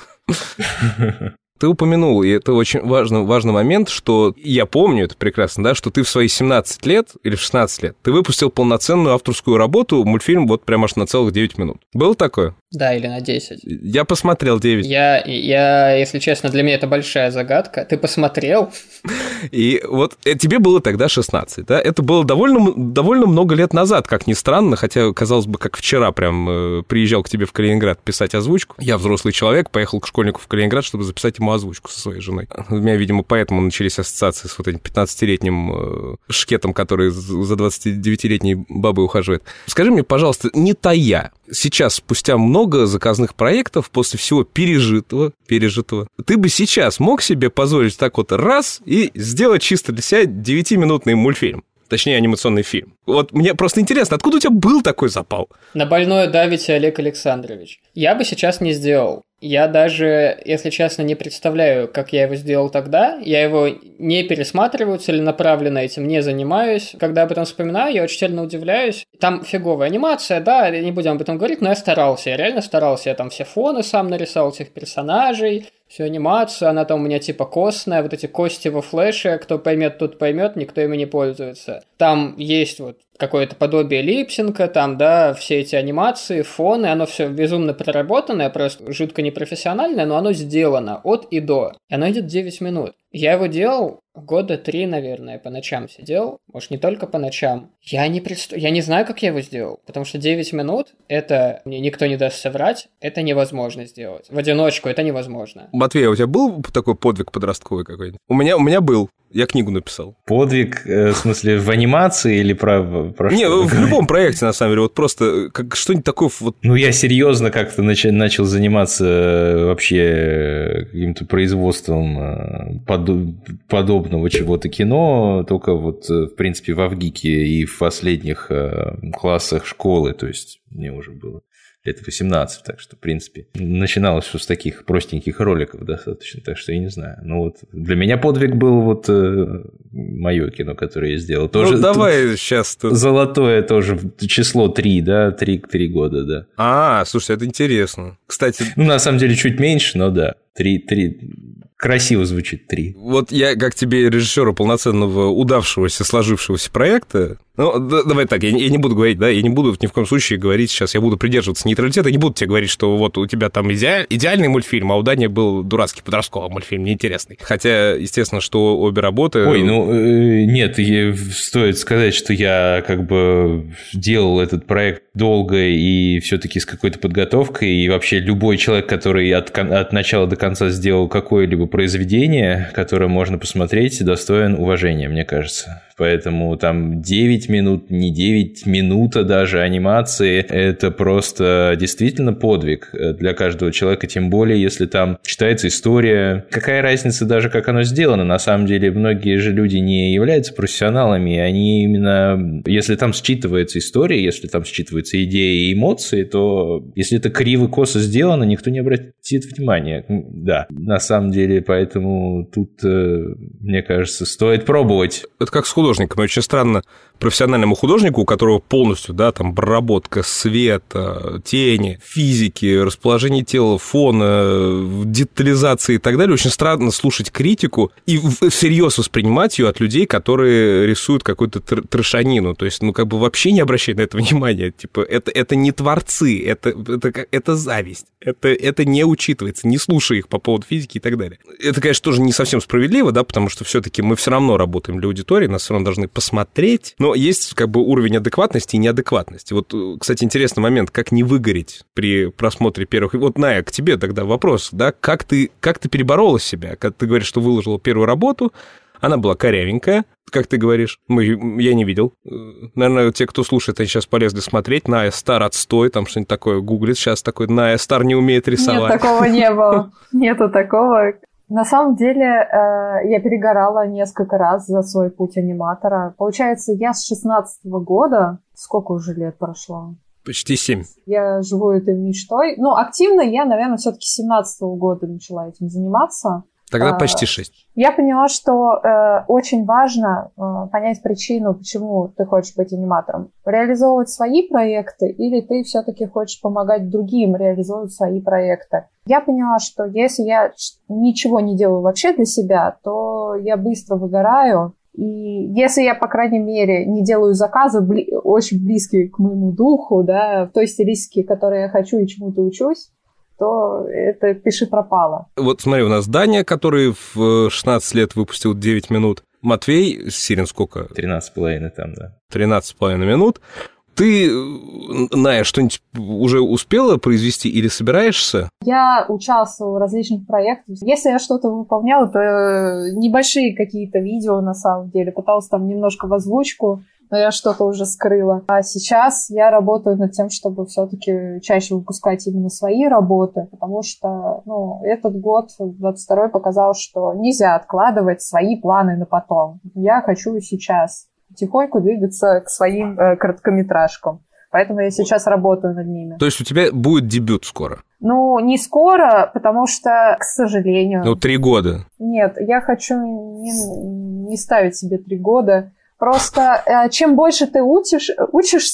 да. Ты упомянул, и это очень важный, важный момент, что я помню это прекрасно, да, что ты в свои семнадцать лет или в шестнадцать лет ты выпустил полноценную авторскую работу, мультфильм вот прям аж на целых девять минут. Было такое? Да, или на десять. Я посмотрел девять. Я, я, если честно, для меня это большая загадка. Ты посмотрел? И вот тебе было тогда шестнадцать, да? Это было довольно, довольно много лет назад, как ни странно, хотя, казалось бы, как вчера прям э, приезжал к тебе в Калининград писать озвучку. Я взрослый человек, поехал к школьнику в Калининград, чтобы записать ему озвучку со своей женой. У меня, видимо, поэтому начались ассоциации с вот этим пятнадцатилетним э, шкетом, который за двадцатидевятилетней бабой ухаживает. Скажи мне, пожалуйста, не тая, сейчас, спустя много заказных проектов, после всего пережитого, пережитого, ты бы сейчас мог себе позволить так вот раз и сделать чисто для себя девятиминутный мультфильм? Точнее, анимационный фильм. Вот мне просто интересно, откуда у тебя был такой запал? На больное давите, Олег Александрович. Я бы сейчас не сделал. Я даже, если честно, не представляю, как я его сделал тогда. Я его не пересматриваю целенаправленно, этим не занимаюсь. Когда об этом вспоминаю, я очень сильно удивляюсь. Там фиговая анимация, да, не будем об этом говорить, но я старался, я реально старался. Я там все фоны сам нарисовал, всех персонажей, всю анимацию. Она там у меня типа костная, вот эти кости во флеше, кто поймет, тот поймет, никто ими не пользуется. Там есть вот какое-то подобие липсинга, там, да, все эти анимации, фоны, оно все безумно проработанное, просто жутко непрофессиональное, но оно сделано от и до. И оно идет девять минут. Я его делал Года три, наверное, по ночам сидел. Может, не только по ночам. Я не представ... я не знаю, как я его сделал. Потому что девять минут, это мне никто не даст соврать, это невозможно сделать. В одиночку это невозможно. Матвей, а у тебя был такой подвиг подростковый какой-нибудь? У меня, у меня был. Я книгу написал. Подвиг, э, в смысле, в анимации или про, про Не, что? в любом проекте, на самом деле. Вот просто как что-нибудь такое вот... Ну, я серьезно как-то нач... начал заниматься вообще каким-то производством под... подобного чего-то кино, только вот, в принципе, в Авгике и в последних классах школы. То есть, мне уже было лет восемнадцать, так что, в принципе, начиналось все с таких простеньких роликов достаточно, так что я не знаю. Ну вот для меня подвиг был вот э, мое кино, которое я сделал. Тоже, ну давай сейчас... Золотое тоже число три, да, три, три года, да. А, слушай, это интересно. Кстати... Ну, на самом деле, чуть меньше, но да, три, три... Красиво звучит три. Вот я, как тебе, режиссеру полноценного, удавшегося, сложившегося проекта, ну, да, давай так, я, я не буду говорить, да, я не буду ни в коем случае говорить сейчас, я буду придерживаться нейтралитета, я не буду тебе говорить, что вот у тебя там идеаль, идеальный мультфильм, а у Дани был дурацкий подростковый мультфильм, неинтересный. Хотя, естественно, что обе работы... Ой, ну, э, нет, стоит сказать, что я как бы делал этот проект долго и все-таки с какой-то подготовкой, и вообще любой человек, который от, от начала до конца сделал какое-либо произведение, которое можно посмотреть, достоин уважения, мне кажется. Поэтому там девять минут, не девять минут даже анимации, это просто действительно подвиг для каждого человека, тем более, если там читается история. Какая разница даже, как оно сделано? На самом деле, многие же люди не являются профессионалами, они именно... Если там считывается история, если там считываются идеи и эмоции, то если это криво-косо сделано, никто не обратит внимания. Да, на самом деле, поэтому тут, мне кажется, стоит пробовать. Это как с художником. Очень странно профессиональному художнику, у которого полностью, да, там, проработка света, тени, физики, расположение тела, фона, детализации и так далее, очень странно слушать критику и всерьез воспринимать ее от людей, которые рисуют какую-то тр- трешанину. То есть, ну, как бы вообще не обращать на это внимания. Типа, это, это не творцы, это, это, это зависть. Это, это не учитывается, не слушай их по поводу физики и так далее. Это, конечно, тоже не совсем справедливо, да, потому что все-таки мы все равно работаем для аудитории, нас все равно должны посмотреть, но есть как бы уровень адекватности и неадекватности. Вот, кстати, интересный момент, как не выгореть при просмотре первых... Вот, Ная, к тебе тогда вопрос, да, как ты, как ты переборола себя, когда ты говоришь, что выложила первую работу, она была корявенькая, как ты говоришь, мы, я не видел. Наверное, те, кто слушает, они сейчас полезли смотреть. Ная Стар отстой, там что-нибудь такое гуглит сейчас такой, Ная Стар не умеет рисовать. Нет, такого не было. Нету такого. На самом деле, я перегорала несколько раз за свой путь аниматора. Получается, я с шестнадцатого года, сколько уже лет прошло? Почти семь. Я живу этой мечтой. Ну, активно я, наверное, все-таки с семнадцатого года начала этим заниматься. Тогда почти шесть. Я поняла, что э, очень важно э, понять причину, почему ты хочешь быть аниматором. Реализовывать свои проекты или ты все-таки хочешь помогать другим реализовывать свои проекты. Я поняла, что если я ничего не делаю вообще для себя, то я быстро выгораю. И если я, по крайней мере, не делаю заказы бли- очень близкие к моему духу, да, в той стилистике, которой я хочу и чему-то учусь, то это пиши пропало. Вот смотри, у нас Даня, который в шестнадцать лет выпустил девять минут. Матвей, Сирин сколько? тринадцать с половиной там, да. тринадцать с половиной минут. Ты, Ная, что-нибудь уже успела произвести или собираешься? Я участвовала в различных проектах. Если я что-то выполняла, то небольшие какие-то видео, на самом деле. Пыталась там немножко в озвучку, но я что-то уже скрыла. А сейчас я работаю над тем, чтобы все-таки чаще выпускать именно свои работы, потому что, ну, этот год, двадцать второй, показал, что нельзя откладывать свои планы на потом. Я хочу сейчас потихоньку двигаться к своим э, короткометражкам. Поэтому я сейчас работаю над ними. То есть у тебя будет дебют скоро? Ну, не скоро, потому что, к сожалению... Ну, три года. Нет, я хочу не, не ставить себе три года. Просто э, чем больше ты учишь, учишься,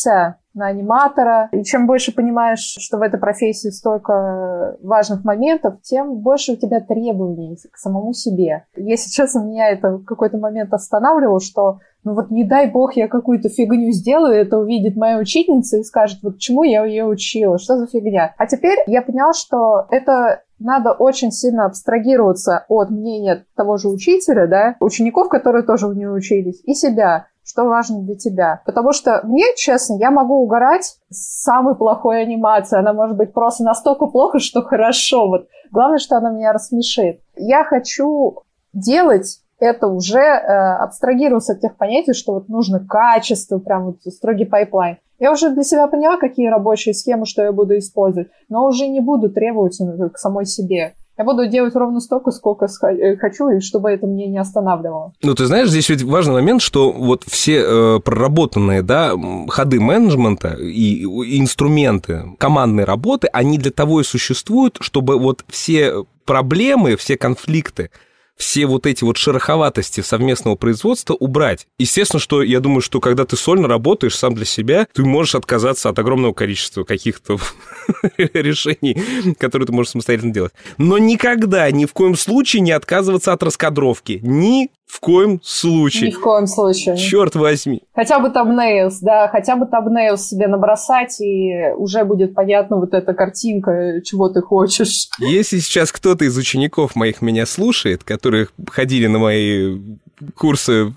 на аниматора. И чем больше понимаешь, что в этой профессии столько важных моментов, тем больше у тебя требований к самому себе. Если честно, меня это в какой-то момент останавливало, что ну вот не дай бог я какую-то фигню сделаю, это увидит моя учительница и скажет, вот чему я ее учила, что за фигня. А теперь я поняла, что это надо очень сильно абстрагироваться от мнения того же учителя, да, учеников, которые тоже у него учились, и себя, что важно для тебя. Потому что мне, честно, я могу угорать с самой плохой анимацией. Она может быть просто настолько плохо, что хорошо. Вот. Главное, что она меня рассмешит. Я хочу делать это уже э, абстрагироваться от тех понятий, что вот нужно качество, прям вот строгий пайплайн. Я уже для себя поняла, какие рабочие схемы, что я буду использовать, но уже не буду требовать к самой себе. Я буду делать ровно столько, сколько хочу, и чтобы это меня не останавливало. Ну, ты знаешь, здесь ведь важный момент, что вот все э, проработанные, да, ходы менеджмента и, и инструменты командной работы, они для того и существуют, чтобы вот все проблемы, все конфликты, все вот эти вот шероховатости совместного производства убрать. Естественно, что я думаю, что когда ты сольно работаешь сам для себя, ты можешь отказаться от огромного количества каких-то решений, которые ты можешь самостоятельно делать. Но никогда, ни в коем случае не отказываться от раскадровки. Ни в коем случае. Ни в коем случае. Черт возьми. Хотя бы thumbnails, да, хотя бы thumbnails себе набросать, и уже будет понятно вот эта картинка, чего ты хочешь. Если сейчас кто-то из учеников моих меня слушает, которые ходили на мои курсы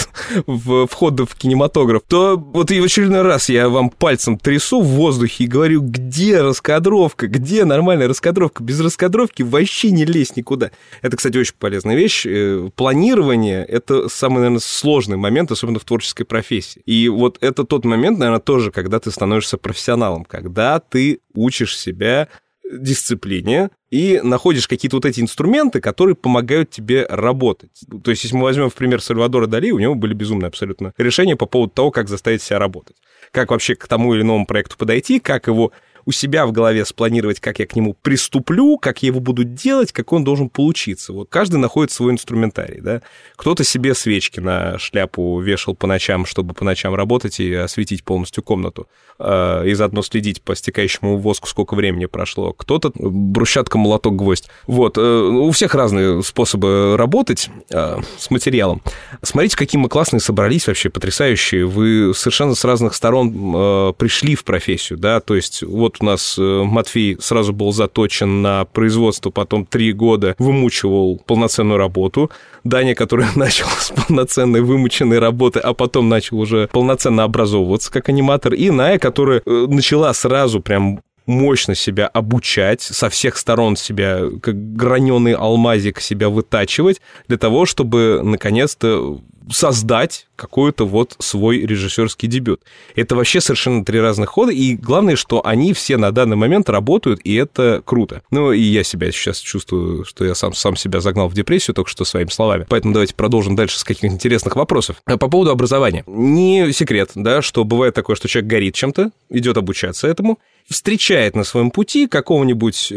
в входа в кинематограф, то вот и в очередной раз я вам пальцем трясу в воздухе и говорю, где раскадровка, где нормальная раскадровка? Без раскадровки вообще не лезь никуда. Это, кстати, очень полезная вещь. Планирование — это самый, наверное, сложный момент, особенно в творческой профессии. И вот это тот момент, наверное, тоже, когда ты становишься профессионалом, когда ты учишь себя дисциплине и находишь какие-то вот эти инструменты, которые помогают тебе работать. То есть, если мы возьмем в пример Сальвадора Дали, у него были безумные абсолютно решения по поводу того, как заставить себя работать. Как вообще к тому или иному проекту подойти, как его у себя в голове спланировать, как я к нему приступлю, как я его буду делать, как он должен получиться. Вот каждый находит свой инструментарий, да. Кто-то себе свечки на шляпу вешал по ночам, чтобы по ночам работать и осветить полностью комнату, э, и заодно следить по стекающему воску, сколько времени прошло. Кто-то брусчатка, молоток, гвоздь. Вот. Э, у всех разные способы работать э, с материалом. Смотрите, какие мы классные собрались, вообще потрясающие. Вы совершенно с разных сторон э, пришли в профессию, да, то есть вот у нас Матвей сразу был заточен на производство, потом три года вымучивал полноценную работу. Даня, который начал с полноценной вымученной работы, а потом начал уже полноценно образовываться как аниматор. И Ная, которая начала сразу прям мощно себя обучать, со всех сторон себя, как граненый алмазик, себя вытачивать, для того, чтобы наконец-то создать какой-то вот свой режиссерский дебют. Это вообще совершенно три разных хода, и главное, что они все на данный момент работают, и это круто. Ну, и я себя сейчас чувствую, что я сам, сам себя загнал в депрессию только что своими словами. Поэтому давайте продолжим дальше с каких-то интересных вопросов. По поводу образования. Не секрет, да, что бывает такое, что человек горит чем-то, идет обучаться этому, встречает на своем пути какого-нибудь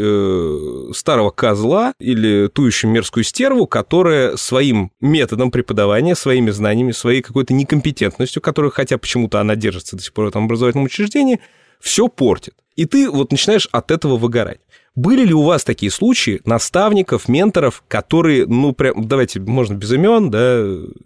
э, старого козла или тующую мерзкую стерву, которая своим методом преподавания, своими знаниями, своей какой-то некомпетентностью, которую, хотя почему-то она держится до сих пор в этом образовательном учреждении, все портит. И ты вот начинаешь от этого выгорать. Были ли у вас такие случаи наставников, менторов, которые, ну, прям, давайте, можно без имен, да,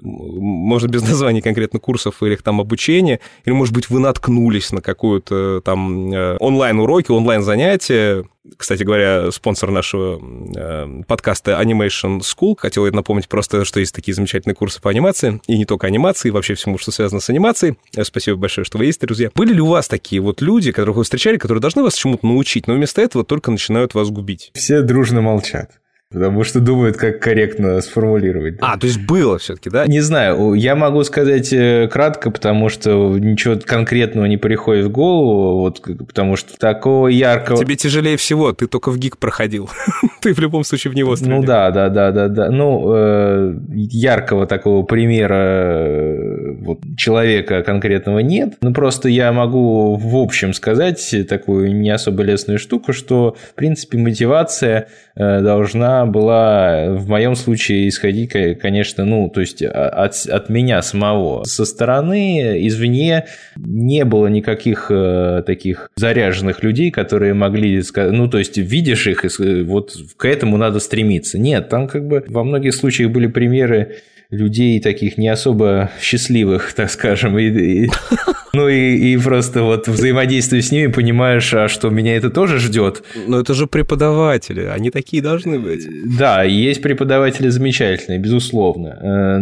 можно без названий конкретно курсов или их там обучения, или, может быть, вы наткнулись на какую-то там онлайн-уроки, онлайн-занятия. Кстати говоря, спонсор нашего э, подкаста Animation School. Хотел я напомнить просто, что есть такие замечательные курсы по анимации, и не только анимации, вообще всему, что связано с анимацией. Спасибо большое, что вы есть, друзья. Были ли у вас такие вот люди, которых вы встречали, которые должны вас чему-то научить, но вместо этого только начинают вас губить? Все дружно молчат. Потому что думают, как корректно сформулировать. Да? А, то есть было все-таки, да? Не знаю, я могу сказать кратко, потому что ничего конкретного не приходит в голову, вот, потому что такого яркого... Тебе тяжелее всего, ты только в ГИК проходил. Ты в любом случае в него стрелял. Ну да, да, да, да, да. Ну, э, яркого такого примера э, вот, человека конкретного нет. Ну, просто я могу в общем сказать такую не особо лестную штуку, что, в принципе, мотивация э, должна должна была в моем случае исходить, конечно, ну, то есть от, от меня самого. Со стороны, извне, не было никаких э, таких заряженных людей, которые могли сказать, ну, то есть видишь их, вот к этому надо стремиться. Нет, там как бы во многих случаях были примеры людей таких не особо счастливых, так скажем, и, и, ну и, и просто вот взаимодействуя с ними, понимаешь, а что меня это тоже ждет. Но это же преподаватели, они такие должны быть. Да, есть преподаватели замечательные, безусловно,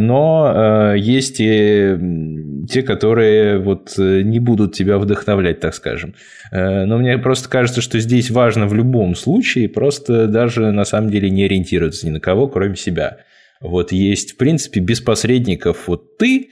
но есть и те, которые вот не будут тебя вдохновлять, так скажем. Но мне просто кажется, что здесь важно в любом случае просто даже на самом деле не ориентироваться ни на кого, кроме себя. Вот есть, в принципе, без посредников вот ты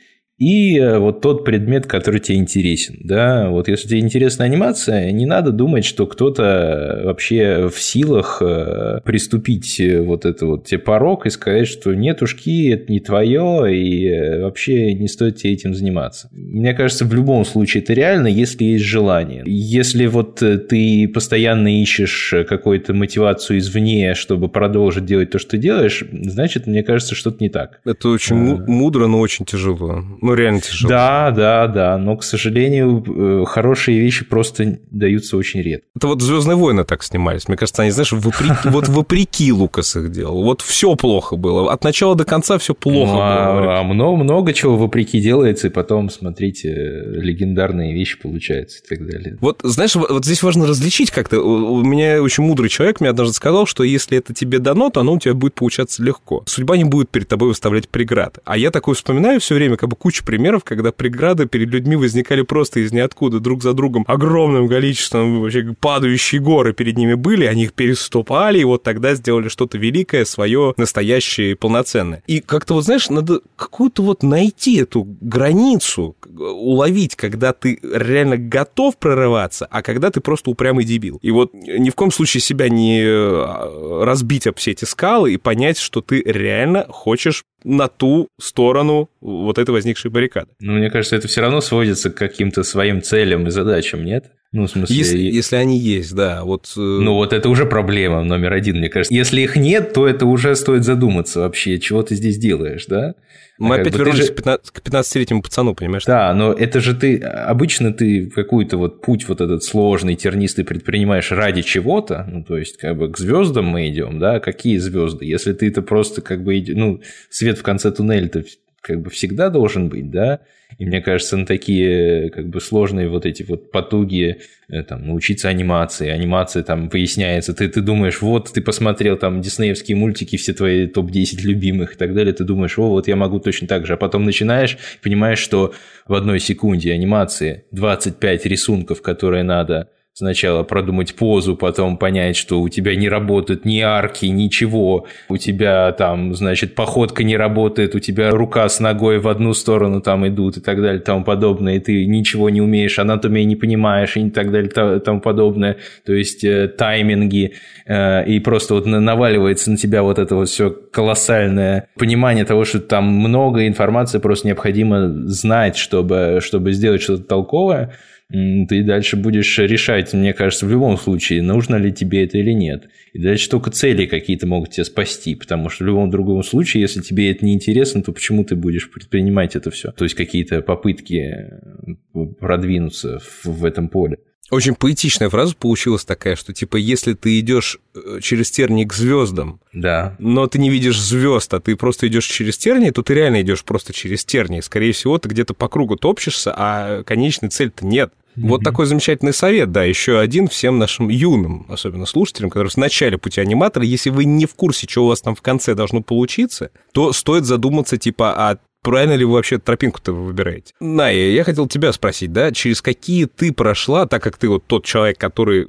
и вот тот предмет, который тебе интересен. Да? Вот если тебе интересна анимация, не надо думать, что кто-то вообще в силах приступить вот это вот тебе порог и сказать, что нетушки, это не твое, и вообще не стоит тебе этим заниматься. Мне кажется, в любом случае это реально, если есть желание. Если вот ты постоянно ищешь какую-то мотивацию извне, чтобы продолжить делать то, что ты делаешь, значит, мне кажется, что-то не так. Это очень а... мудро, но очень тяжело. Ну, реально тяжело. Да, да, да. Но, к сожалению, хорошие вещи просто даются очень редко. Это вот «Звездные войны» так снимались. Мне кажется, они, знаешь, вопреки, вот вопреки Лукас их делал. Вот все плохо было. От начала до конца все плохо ну, было. А много, много чего вопреки делается, и потом, смотрите, легендарные вещи получаются и так далее. Вот, знаешь, вот здесь важно различить как-то. У меня очень мудрый человек мне однажды сказал, что если это тебе дано, то оно у тебя будет получаться легко. Судьба не будет перед тобой выставлять преград. А я такое вспоминаю все время, как бы куча примеров, когда преграды перед людьми возникали просто из ниоткуда, друг за другом, огромным количеством, вообще падающие горы перед ними были, они их переступали, и вот тогда сделали что-то великое, свое, настоящее, полноценное. И как-то вот, знаешь, надо какую-то вот найти эту границу, уловить, когда ты реально готов прорываться, а когда ты просто упрямый дебил. И вот ни в коем случае себя не разбить об все эти скалы и понять, что ты реально хочешь на ту сторону вот этой возникшей баррикады. Ну, мне кажется, это все равно сводится к каким-то своим целям и задачам, нет? Ну, в смысле... Если, если они есть, да. Вот... Ну, вот это уже проблема номер один, мне кажется. Если их нет, то это уже стоит задуматься вообще, чего ты здесь делаешь, да? Мы а опять вернулись же... к пятнадцатилетнему пацану, понимаешь? Да, но это же ты... Обычно ты какой-то вот путь вот этот сложный, тернистый предпринимаешь ради чего-то, ну, то есть, как бы к звездам мы идем, да? Какие звезды? Если ты это просто как бы... Ну, свет в конце туннеля-то как бы всегда должен быть, да? И мне кажется, на такие как бы сложные вот эти вот потуги там, научиться анимации, анимация там выясняется, ты, ты думаешь, вот ты посмотрел там диснеевские мультики, все твои топ десять любимых и так далее, ты думаешь, о, вот я могу точно так же, а потом начинаешь, понимаешь, что в одной секунде анимации двадцать пять рисунков, которые надо сначала продумать позу, потом понять, что у тебя не работают ни арки, ничего, у тебя там, значит, походка не работает, у тебя рука с ногой в одну сторону там идут и так далее, и тому подобное, и ты ничего не умеешь, анатомию не понимаешь и так далее, и тому подобное, то есть э, тайминги, э, и просто вот наваливается на тебя вот это вот все колоссальное понимание того, что там много информации просто необходимо знать, чтобы, чтобы сделать что-то толковое. Ты дальше будешь решать, мне кажется, в любом случае, нужно ли тебе это или нет. И дальше только цели какие-то могут тебя спасти, потому что в любом другом случае, если тебе это не интересно, то почему ты будешь предпринимать это все? То есть какие-то попытки продвинуться в этом поле. Очень поэтичная фраза получилась такая, что типа если ты идешь через тернии к звездам, да, но ты не видишь звезд, а ты просто идешь через тернии, то ты реально идешь просто через тернии. Скорее всего, ты где-то по кругу топчешься, а конечной цели-то нет. Mm-hmm. Вот такой замечательный совет, да, еще один всем нашим юным, особенно слушателям, которые в начале пути аниматора, если вы не в курсе, что у вас там в конце должно получиться, то стоит задуматься типа о правильно ли вы вообще тропинку-то вы выбираете? Найя, я хотел тебя спросить, да, через какие ты прошла, так как ты вот тот человек, который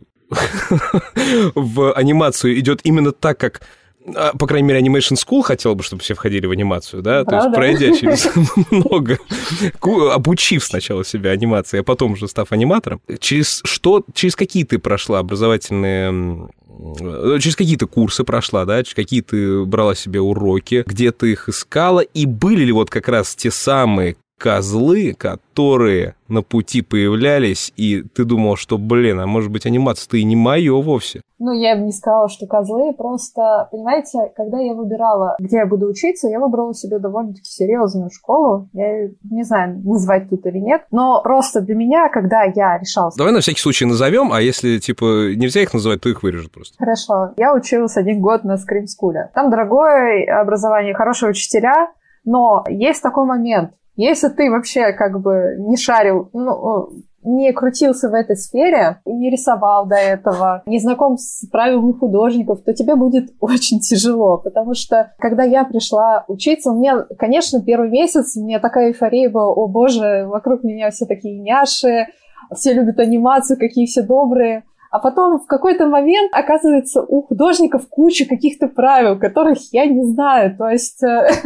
в анимацию идет именно так, как, по крайней мере, Animation School хотел бы, чтобы все входили в анимацию, да, то есть пройдя через много, обучив сначала себя анимацией, а потом уже став аниматором, через что, через какие ты прошла образовательные... Через какие ты курсы прошла, да, через какие ты брала себе уроки, где ты их искала, и были ли вот как раз те самые козлы, которые на пути появлялись, и ты думал, что, блин, а может быть, анимация-то и не моё вовсе? Ну, я бы не сказала, что козлы, просто, понимаете, когда я выбирала, где я буду учиться, я выбрала себе довольно-таки серьезную школу. Я не знаю, называть тут или нет, но просто для меня, когда я решала... Давай на всякий случай назовем, а если, типа, нельзя их называть, то их вырежут просто. Хорошо. Я училась один год на скрим-скуле. Там дорогое образование, хорошие учителя, но есть такой момент. Если ты вообще как бы не шарил, ну, не крутился в этой сфере, не рисовал до этого, не знаком с правилами художников, то тебе будет очень тяжело, потому что, когда я пришла учиться, у меня, конечно, первый месяц, у меня такая эйфория была, о боже, вокруг меня все такие няши, все любят анимацию, какие все добрые. А потом в какой-то момент, оказывается, у художников куча каких-то правил, которых я не знаю. То есть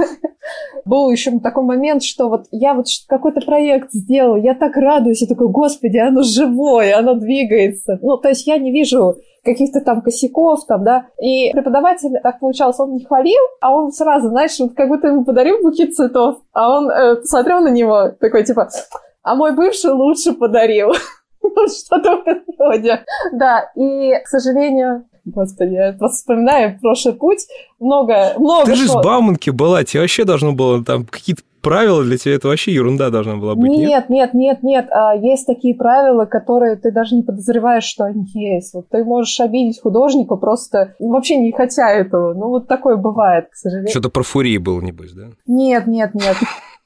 был еще такой момент, что вот я вот какой-то проект сделала, я так радуюсь, я такой, господи, оно живое, оно двигается. Ну, то есть я не вижу каких-то там косяков, там, да. И преподаватель, так получалось, он не хвалил, а он сразу, знаешь, вот как будто ему подарил букет цветов, а он э, посмотрел на него, такой, типа, а мой бывший лучше подарил. Что-то в этом роде. Да, и, к сожалению, господи, я просто вспоминаю прошлый путь, много, много... Ты же что... с Бауманки была, тебе вообще должно было, там, какие-то правила для тебя, это вообще ерунда должна была быть, нет? Нет, нет, нет, нет, есть такие правила, которые ты даже не подозреваешь, что они есть. Вот ты можешь обидеть художника просто, вообще не хотя этого, ну вот такое бывает, к сожалению. Что-то про фурии было, небось, да? Нет, нет, нет.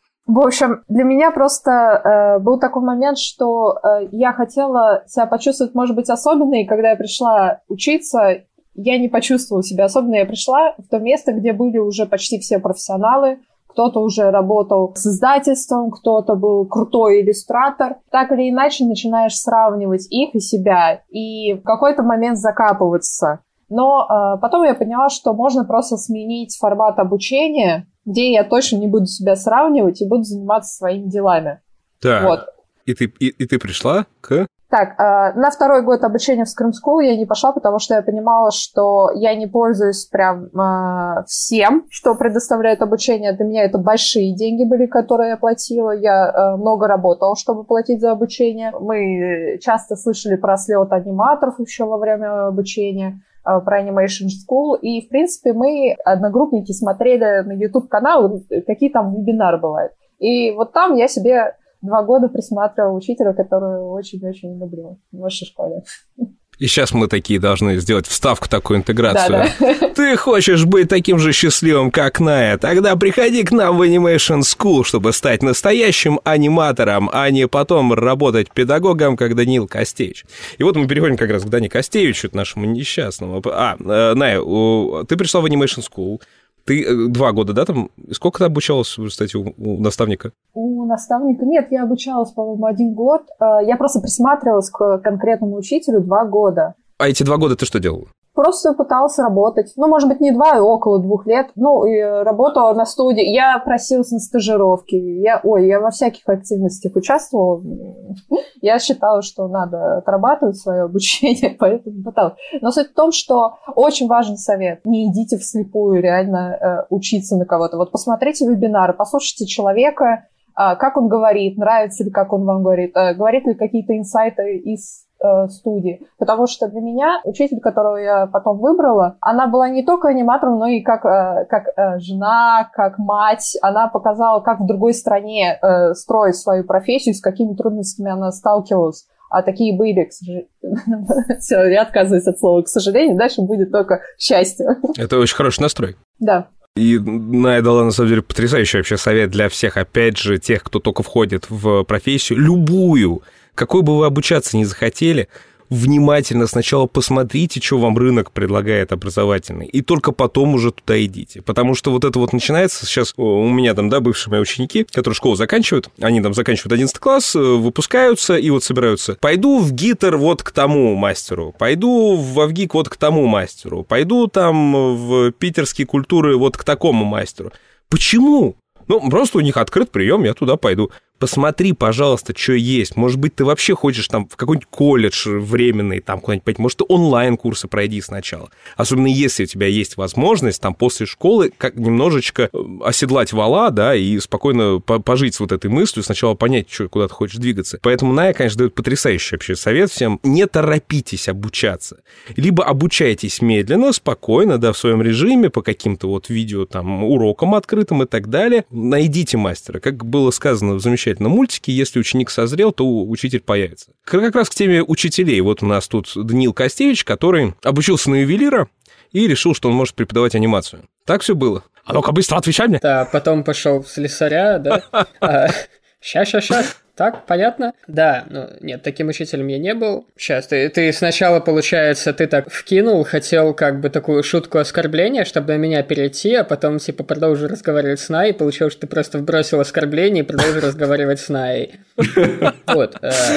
В общем, для меня просто э, был такой момент, что э, я хотела себя почувствовать, может быть, особенной, и когда я пришла учиться, я не почувствовала себя особенной. Я пришла в то место, где были уже почти все профессионалы, кто-то уже работал с издательством, кто-то был крутой иллюстратор. Так или иначе начинаешь сравнивать их и себя, и в какой-то момент закапываться. Но э, потом я поняла, что можно просто сменить формат обучения, где я точно не буду себя сравнивать и буду заниматься своими делами. Так, вот. и, ты, и, и ты пришла к... Так, э, на второй год обучения в Scrum School я не пошла, потому что я понимала, что я не пользуюсь прям э, всем, что предоставляет обучение. Для меня это большие деньги были, которые я платила. Я э, много работала, чтобы платить за обучение. Мы часто слышали про слет аниматоров еще во время обучения, про Animation School, и, в принципе, мы, одногруппники, смотрели на YouTube-канал, какие там вебинары бывают. И вот там я себе два года присматривала учителя, которую очень-очень люблю в вашей школе. И сейчас мы такие должны сделать вставку, такую интеграцию. Да, да. Ты хочешь быть таким же счастливым, как Ная? Тогда приходи к нам в Animation School, чтобы стать настоящим аниматором, а не потом работать педагогом, как Даниил Костевич. И вот мы переходим как раз к Дане Костевичу, нашему несчастному. А, Ная, ты пришла в Animation School. Ты два года, да, там? Сколько ты обучалась, кстати, у, у наставника? У наставника? Нет, я обучалась, по-моему, один год. Я просто присматривалась к конкретному учителю два года. А эти два года ты что делала? Просто пыталась работать. Ну, может быть, не два, а около двух лет. Ну, и работала на студии. Я просилась на стажировки. Я, ой, я во всяких активностях участвовала. Я считала, что надо отрабатывать свое обучение, поэтому пыталась. Но суть в том, что очень важный совет. Не идите вслепую реально э, учиться на кого-то. Вот посмотрите вебинары, послушайте человека, э, как он говорит, нравится ли, как он вам говорит, э, говорит ли какие-то инсайты из студии, потому что для меня учитель, которого я потом выбрала, она была не только аниматором, но и как, как жена, как мать. Она показала, как в другой стране строить свою профессию, с какими трудностями она сталкивалась. А такие были, к сожалению. Все, я отказываюсь от слова «к сожалению». Дальше будет только счастье. Это очень хороший настрой. Да. И Ная дала, на самом деле, потрясающий вообще совет для всех, опять же, тех, кто только входит в профессию, любую, какой бы вы обучаться ни захотели, внимательно сначала посмотрите, что вам рынок предлагает образовательный, и только потом уже туда идите. Потому что вот это вот начинается сейчас, у меня там, да, бывшие мои ученики, которые школу заканчивают, они там заканчивают одиннадцатый класс, выпускаются и вот собираются. Пойду в гитар вот к тому мастеру, пойду в Авгик вот к тому мастеру, пойду там в питерские культуры вот к такому мастеру. Почему? Ну, просто у них открыт прием, я туда пойду. посмотри, пожалуйста, что есть. Может быть, ты вообще хочешь там в какой-нибудь колледж временный, там куда-нибудь пойти. Может, ты онлайн-курсы пройди сначала. Особенно если у тебя есть возможность там после школы как немножечко оседлать вала, да, и спокойно пожить с вот этой мыслью, сначала понять, что, куда ты хочешь двигаться. Поэтому Ная, конечно, дает потрясающий вообще совет всем. Не торопитесь обучаться. Либо обучайтесь медленно, спокойно, да, в своем режиме, по каким-то вот видео, там, урокам открытым и так далее. Найдите мастера. Как было сказано в замечательном мультике, если ученик созрел, то учитель появится. Как раз к теме учителей. Вот у нас тут Даниил Костевич, который обучился на ювелира и решил, что он может преподавать анимацию. Так все было. А ну-ка быстро отвечай мне. Да, потом пошел в слесаря, да. Ща-ща-ща. Так, понятно? Да, ну, нет, таким учителем я не был. Сейчас, ты, ты сначала, получается, ты так вкинул, хотел как бы такую шутку оскорбления, чтобы на меня перейти, а потом, типа, продолжил разговаривать с Наей, получилось, что ты просто вбросил оскорбление и продолжил разговаривать с Наей. Вот.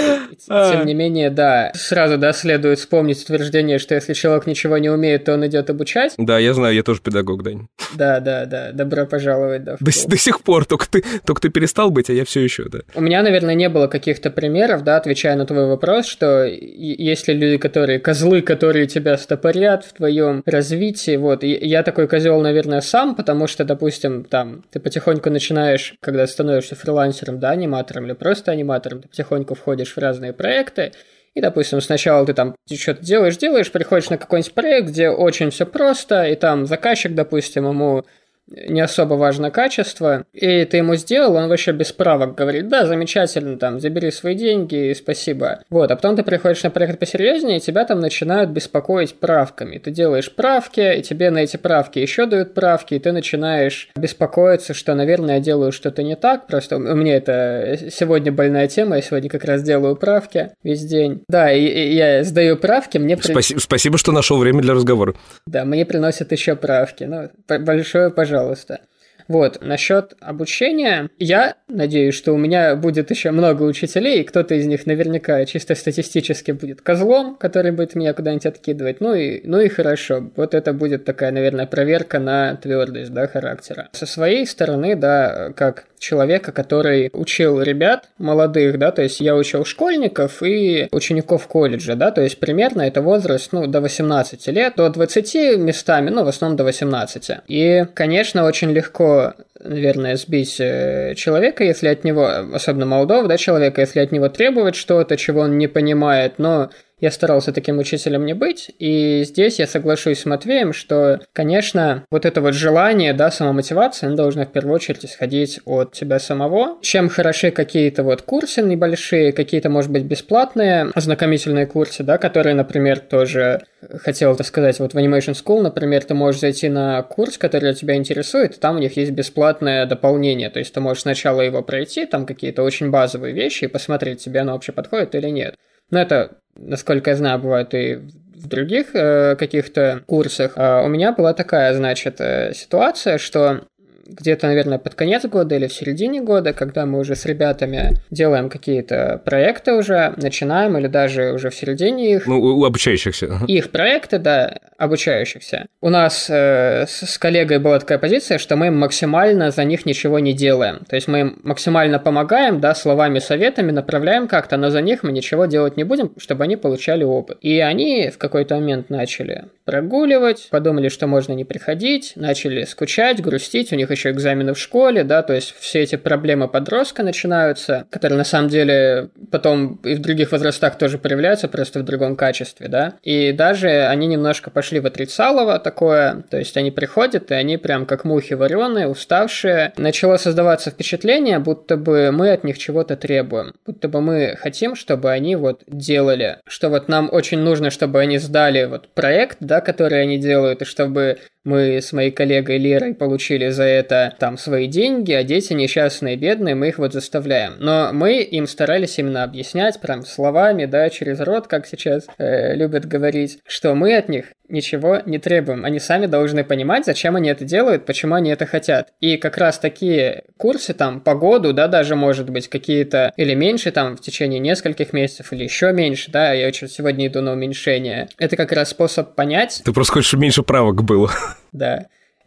Тем не менее, да, сразу, да, следует вспомнить утверждение, что если человек ничего не умеет, то он идет обучать. Да, я знаю, я тоже педагог, Дань. Да, да, да, добро пожаловать, да. До, до сих пор, только ты, только ты перестал быть, а я все еще, да. У меня, наверное, не было каких-то примеров, да, отвечая на твой вопрос, что есть ли люди, которые козлы, которые тебя стопорят в твоем развитии, вот, и я такой козел, наверное, сам, потому что, допустим, там, ты потихоньку начинаешь, когда становишься фрилансером, да, аниматором или просто аниматором, ты потихоньку входишь в разные проекты, и, допустим, сначала ты там что-то делаешь, делаешь, приходишь на какой-нибудь проект, где очень все просто, и там заказчик, допустим, ему не особо важно качество, и ты ему сделал, он вообще без правок говорит, да, замечательно, там, забери свои деньги и спасибо. Вот, а потом ты приходишь на проект посерьезнее, и тебя там начинают беспокоить правками. Ты делаешь правки, и тебе на эти правки еще дают правки, и ты начинаешь беспокоиться, что, наверное, я делаю что-то не так, просто у меня это сегодня больная тема, я сегодня как раз делаю правки весь день. Да, и, и я сдаю правки, мне... Спасибо, спасибо, что нашел время для разговора. Да, мне приносят еще правки, ну, большое пожалуйста. Пожалуйста. Вот, насчет обучения, я надеюсь, что у меня будет еще много учителей, и кто-то из них наверняка чисто статистически будет козлом, который будет меня куда-нибудь откидывать, ну и, ну и хорошо, вот это будет такая, наверное, проверка на твердость, да, характера. Со своей стороны, да, как человека, который учил ребят молодых, да, то есть я учил школьников и учеников колледжа, да, то есть примерно это возраст, ну, до восемнадцати лет, до двадцати местами, ну, в основном до восемнадцати. И, конечно, очень легко, наверное, сбить человека, если от него, особенно молодого, да, человека, если от него требовать что-то, чего он не понимает, но я старался таким учителем не быть, и здесь я соглашусь с Матвеем, что, конечно, вот это вот желание, да, самомотивация, она должна в первую очередь исходить от тебя самого. Чем хороши какие-то вот курсы небольшие, какие-то, может быть, бесплатные ознакомительные курсы, да, которые, например, тоже хотел это сказать, вот в Animation School, например, ты можешь зайти на курс, который тебя интересует, и там у них есть бесплатное дополнение, то есть ты можешь сначала его пройти, там какие-то очень базовые вещи, и посмотреть, тебе оно вообще подходит или нет. Но это, насколько я знаю, бывает и в других э, каких-то курсах. А у меня была такая, значит, э, ситуация, что где-то, наверное, под конец года или в середине года, когда мы уже с ребятами делаем какие-то проекты уже, начинаем, или даже уже в середине их. Ну, у обучающихся. Их проекты, да, обучающихся. У нас э, с, с коллегой была такая позиция, что мы им максимально за них ничего не делаем. То есть мы им максимально помогаем, да, словами, советами, направляем как-то, но за них мы ничего делать не будем, чтобы они получали опыт. И они в какой-то момент начали прогуливать, подумали, что можно не приходить, начали скучать, грустить, у них еще экзамены в школе, да, то есть все эти проблемы подростка начинаются, которые на самом деле потом и в других возрастах тоже проявляются, просто в другом качестве, да, и даже они немножко пошли в отрицалово такое, то есть они приходят, и они прям как мухи вареные, уставшие. Начало создаваться впечатление, будто бы мы от них чего-то требуем, будто бы мы хотим, чтобы они вот делали, что вот нам очень нужно, чтобы они сдали вот проект, да, который они делают, и чтобы мы с моей коллегой Лерой получили за это там свои деньги, а дети несчастные, бедные, мы их вот заставляем. Но мы им старались именно объяснять прям словами, да, через рот, как сейчас э, любят говорить, что мы от них ничего не требуем. Они сами должны понимать, зачем они это делают, почему они это хотят. И как раз такие курсы там по году, да, даже может быть какие-то или меньше там в течение нескольких месяцев, или еще меньше, да, я очень сегодня иду на уменьшение. Это как раз способ понять. Ты просто хочешь, чтобы меньше правок было. Да.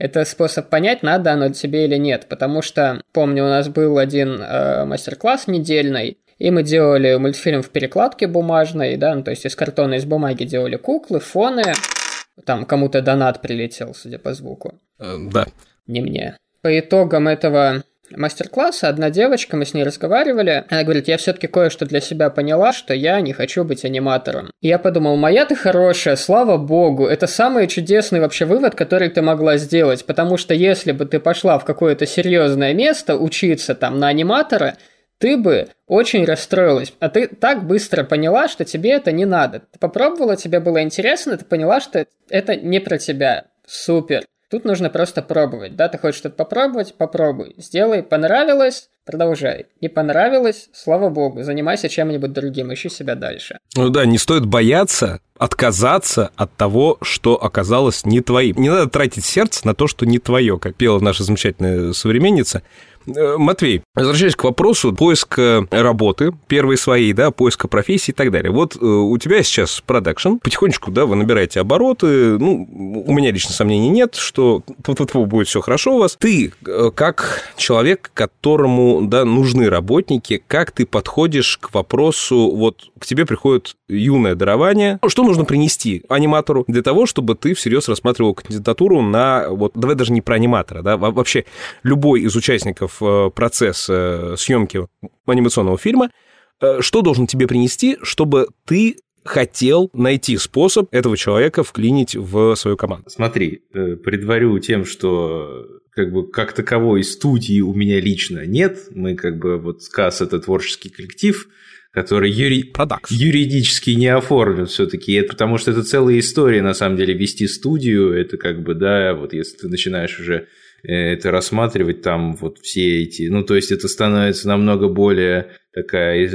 Это способ понять, надо оно тебе или нет. Потому что, помню, у нас был один э, мастер-класс недельный, и мы делали мультфильм в перекладке бумажной, да, ну, то есть из картона, из бумаги делали куклы, фоны. Там кому-то донат прилетел, судя по звуку. Э, да. Не мне. По итогам этого мастер-класса одна девочка, мы с ней разговаривали, она говорит, я все-таки кое-что для себя поняла, что я не хочу быть аниматором. И я подумал, моя ты хорошая, слава богу, это самый чудесный вообще вывод, который ты могла сделать, потому что если бы ты пошла в какое-то серьезное место учиться там на аниматора, ты бы очень расстроилась, а ты так быстро поняла, что тебе это не надо. Ты попробовала, тебе было интересно, ты поняла, что это не про тебя. Супер. Тут нужно просто пробовать, да, ты хочешь что-то попробовать, попробуй, сделай, понравилось, продолжай, не понравилось, слава богу, занимайся чем-нибудь другим, ищи себя дальше. Ну да, не стоит бояться отказаться от того, что оказалось не твоим. Не надо тратить сердце на то, что не твое, как пела наша замечательная современница. Матвей, возвращаясь к вопросу поиска работы, первой своей, да, поиска профессии и так далее. Вот у тебя сейчас продакшн, потихонечку, да, вы набираете обороты, ну, у меня лично сомнений нет, что будет все хорошо у вас. Ты, как человек, которому, да, нужны работники, как ты подходишь к вопросу, вот к тебе приходит юное дарование, что нужно принести аниматору для того, чтобы ты всерьез рассматривал кандидатуру на, вот, давай даже не про аниматора, да, вообще любой из участников процесса съемки анимационного фильма, что должен тебе принести, чтобы ты хотел найти способ этого человека вклинить в свою команду? Смотри, предварю тем, что как бы как таковой студии у меня лично нет. Мы как бы вот СКАС – это творческий коллектив, который юри... юридически не оформлен все-таки, потому что это целая история, на самом деле, вести студию, это как бы, да, вот если ты начинаешь уже это рассматривать, там вот все эти, ну, то есть это становится намного более такая,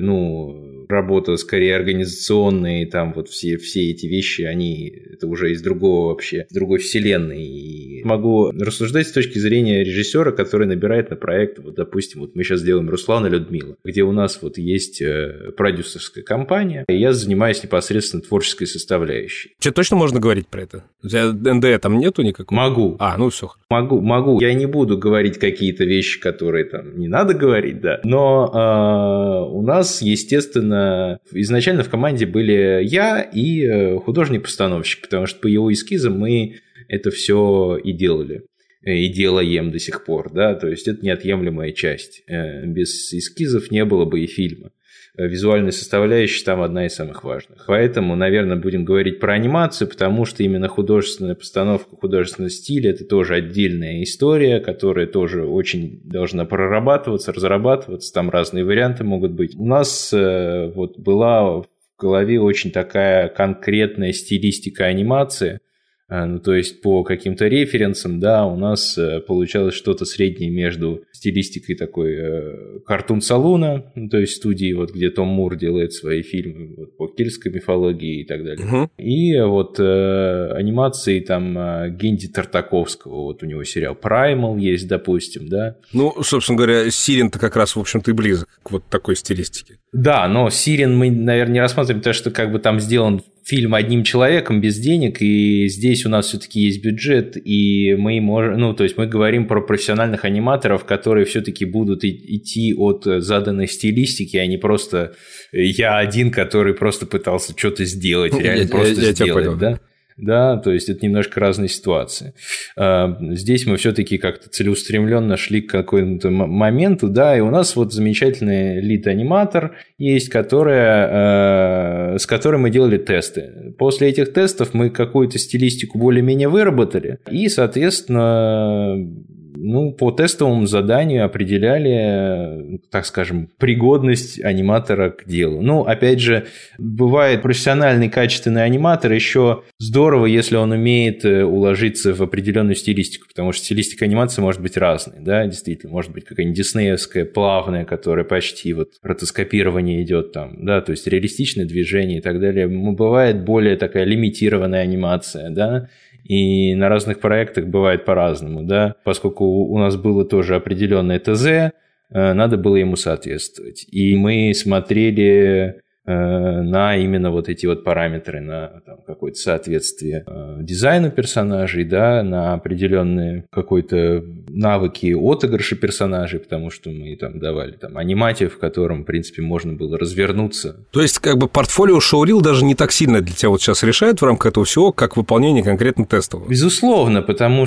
ну, работа скорее организационная, и там вот все, все эти вещи, они, это уже из другого вообще, из другой вселенной. И могу рассуждать с точки зрения режиссера, который набирает на проект, вот, допустим, вот мы сейчас делаем «Руслан и Людмила», где у нас вот есть продюсерская компания, и я занимаюсь непосредственно творческой составляющей. Тебе точно можно говорить про это? У тебя эн дэ там нету никакого? Могу. А, ну все. Могу, могу. Я не буду говорить какие-то вещи, которые там не надо говорить, да, но э, у нас, естественно, изначально в команде были я и художник-постановщик, потому что по его эскизам мы это все и делали, и делаем до сих пор, да, то есть это неотъемлемая часть. Без эскизов не было бы и фильма. Визуальная составляющая там одна из самых важных. Поэтому, наверное, будем говорить про анимацию, потому что именно художественная постановка, художественный стиль – это тоже отдельная история, которая тоже очень должна прорабатываться, разрабатываться. Там разные варианты могут быть. У нас э, вот была в голове очень такая конкретная стилистика анимации. Ну, то есть по каким-то референсам, да, у нас получалось что-то среднее между стилистикой такой э, картун-салуна, ну, то есть студии, вот, где Том Мур делает свои фильмы вот, по кельтской мифологии и так далее. Uh-huh. И вот э, анимации там Генди Тартаковского, вот у него сериал Primal есть, допустим, да. Ну, собственно говоря, Сирен-то как раз, в общем-то, и близок к вот такой стилистике. Да, но Сирен мы, наверное, не рассматриваем, потому что как бы там сделан фильм одним человеком без денег, и здесь у нас все-таки есть бюджет, и мы можем, ну, то есть мы говорим про профессиональных аниматоров, которые все-таки будут идти от заданной стилистики, а не просто я один, который просто пытался что-то сделать, реально я, просто я, я сделать, понял, да? Да, то есть это немножко разные ситуации. Здесь мы все-таки как-то целеустремленно шли к какому-то моменту, да, и у нас вот замечательный лид-аниматор есть, которая, с которой мы делали тесты. После этих тестов мы какую-то стилистику более-менее выработали, и, соответственно, ну, по тестовому заданию определяли, так скажем, пригодность аниматора к делу. Ну, опять же, бывает профессиональный, качественный аниматор, еще здорово, если он умеет уложиться в определенную стилистику, потому что стилистика анимации может быть разной, да, действительно, может быть какая-нибудь диснеевская, плавная, которая почти вот ротоскопирование идет там, да, то есть реалистичное движение и так далее. Бывает более такая лимитированная анимация, да, и на разных проектах бывает по-разному, да, поскольку у нас было тоже определенное ТЗ, надо было ему соответствовать. И мы смотрели на именно вот эти вот параметры, на там, какое-то соответствие дизайну персонажей, да, на определенные какой-то навыки отыгрыша персонажей, потому что мы там давали там аниматив, в котором, в принципе, можно было развернуться. То есть, как бы портфолио Showreel даже не так сильно для тебя вот сейчас решает в рамках этого всего, как выполнение конкретно тестового? Безусловно, потому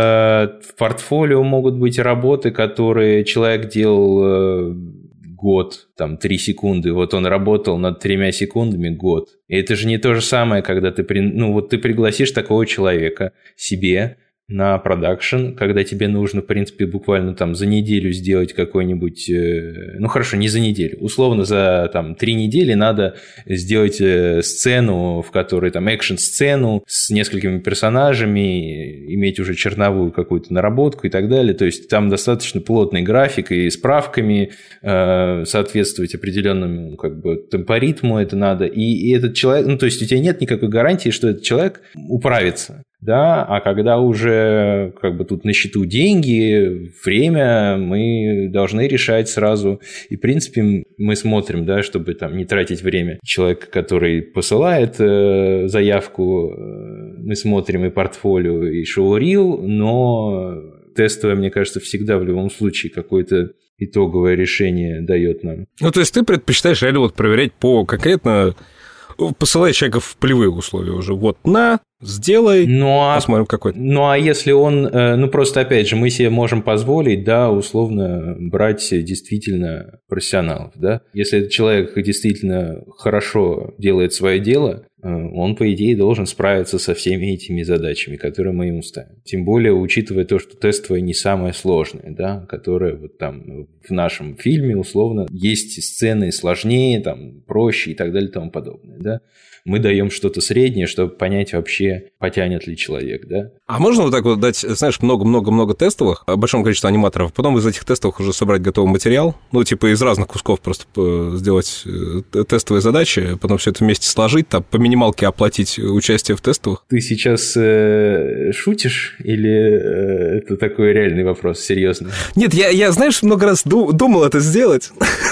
что в портфолио могут быть работы, которые человек делал год, там, три секунды, вот он работал над тремя секундами год. И это же не то же самое, когда ты, при... ну, вот ты пригласишь такого человека себе на продакшн, когда тебе нужно, в принципе, буквально там за неделю сделать какой-нибудь, ну хорошо, не за неделю, условно за там три недели надо сделать сцену, в которой там экшн-сцену с несколькими персонажами, иметь уже черновую какую-то наработку и так далее, то есть там достаточно плотный график и справками соответствовать определенному как бы темпоритму это надо, и, и этот человек, ну то есть у тебя нет никакой гарантии, что этот человек управится. Да, а когда уже как бы тут на счету деньги, время, мы должны решать сразу. И, в принципе, мы смотрим, да, чтобы там не тратить время человека, который посылает э, заявку, э, мы смотрим и портфолио, и Showreel, но тестовое, мне кажется, всегда в любом случае какое-то итоговое решение дает нам. Ну, то есть ты предпочитаешь реально вот проверять по конкретно... Посылай человека в полевые условия уже. Вот, на, сделай, ну, а, посмотрим какой. Ну, а если он... Ну, просто, опять же, мы себе можем позволить, да, условно брать действительно профессионалов, да. Если этот человек действительно хорошо делает свое дело, он, по идее, должен справиться со всеми этими задачами, которые мы ему ставим. Тем более, учитывая то, что тестовое не самое сложное, да, которое вот там в нашем фильме, условно, есть сцены сложнее, там, проще и так далее и тому подобное, да. Мы даем что-то среднее, чтобы понять вообще, потянет ли человек, да. А можно вот так вот дать, знаешь, много-много-много тестовых, большое количество аниматоров, потом из этих тестовых уже собрать готовый материал, ну, типа из разных кусков просто сделать тестовые задачи, потом все это вместе сложить, там, по минималке оплатить участие в тестовых? Ты сейчас э, шутишь или э, это такой реальный вопрос, серьезный? Нет, я, я знаешь, много раз думал это сделать.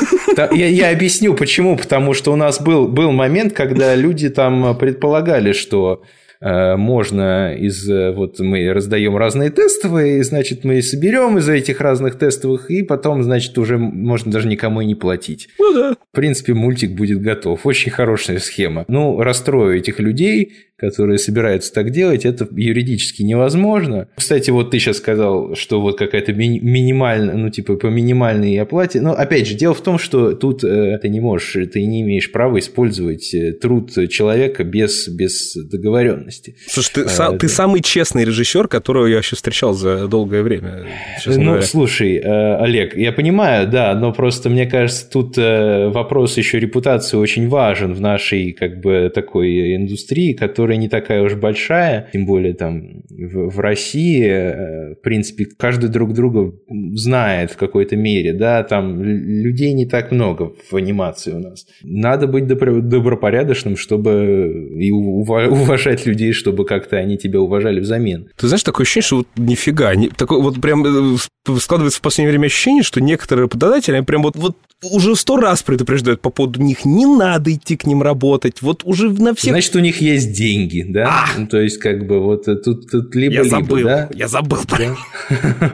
Я, я объясню, почему. Потому что у нас был, был момент, когда люди там предполагали, что э, можно из... Вот мы раздаем разные тестовые, и, значит, мы соберем из этих разных тестовых, и потом, значит, уже можно даже никому и не платить. Ну да. В принципе, мультик будет готов. Очень хорошая схема. Ну, расстрою этих людей, которые собираются так делать, это юридически невозможно. Кстати, вот ты сейчас сказал, что вот какая-то ми- минимальная, ну, типа, по минимальной оплате. Но, опять же, дело в том, что тут э, ты не можешь, ты не имеешь права использовать труд человека без, без договоренности. Слушай, ты, а, сам, да. ты самый честный режиссер, которого я вообще встречал за долгое время. Ну, говоря. Слушай, э, Олег, я понимаю, да, но просто, мне кажется, тут э, вопрос еще репутации очень важен в нашей, как бы, такой индустрии, которая не такая уж большая, тем более там в, в России, в принципе, каждый друг друга знает в какой-то мере, да, там людей не так много в анимации у нас. Надо быть добро, добропорядочным, чтобы и уважать людей, чтобы как-то они тебя уважали взамен. Ты знаешь, такое ощущение, что вот нифига, не, такое вот прям складывается в последнее время ощущение, что некоторые работодатели, они прям вот, вот уже сто раз предупреждают по поводу них, не надо идти к ним работать, вот уже на всех... Значит, у них есть деньги, да? А! Ну, то есть, как бы, вот тут, тут либо-либо, я забыл, да? Я забыл, да?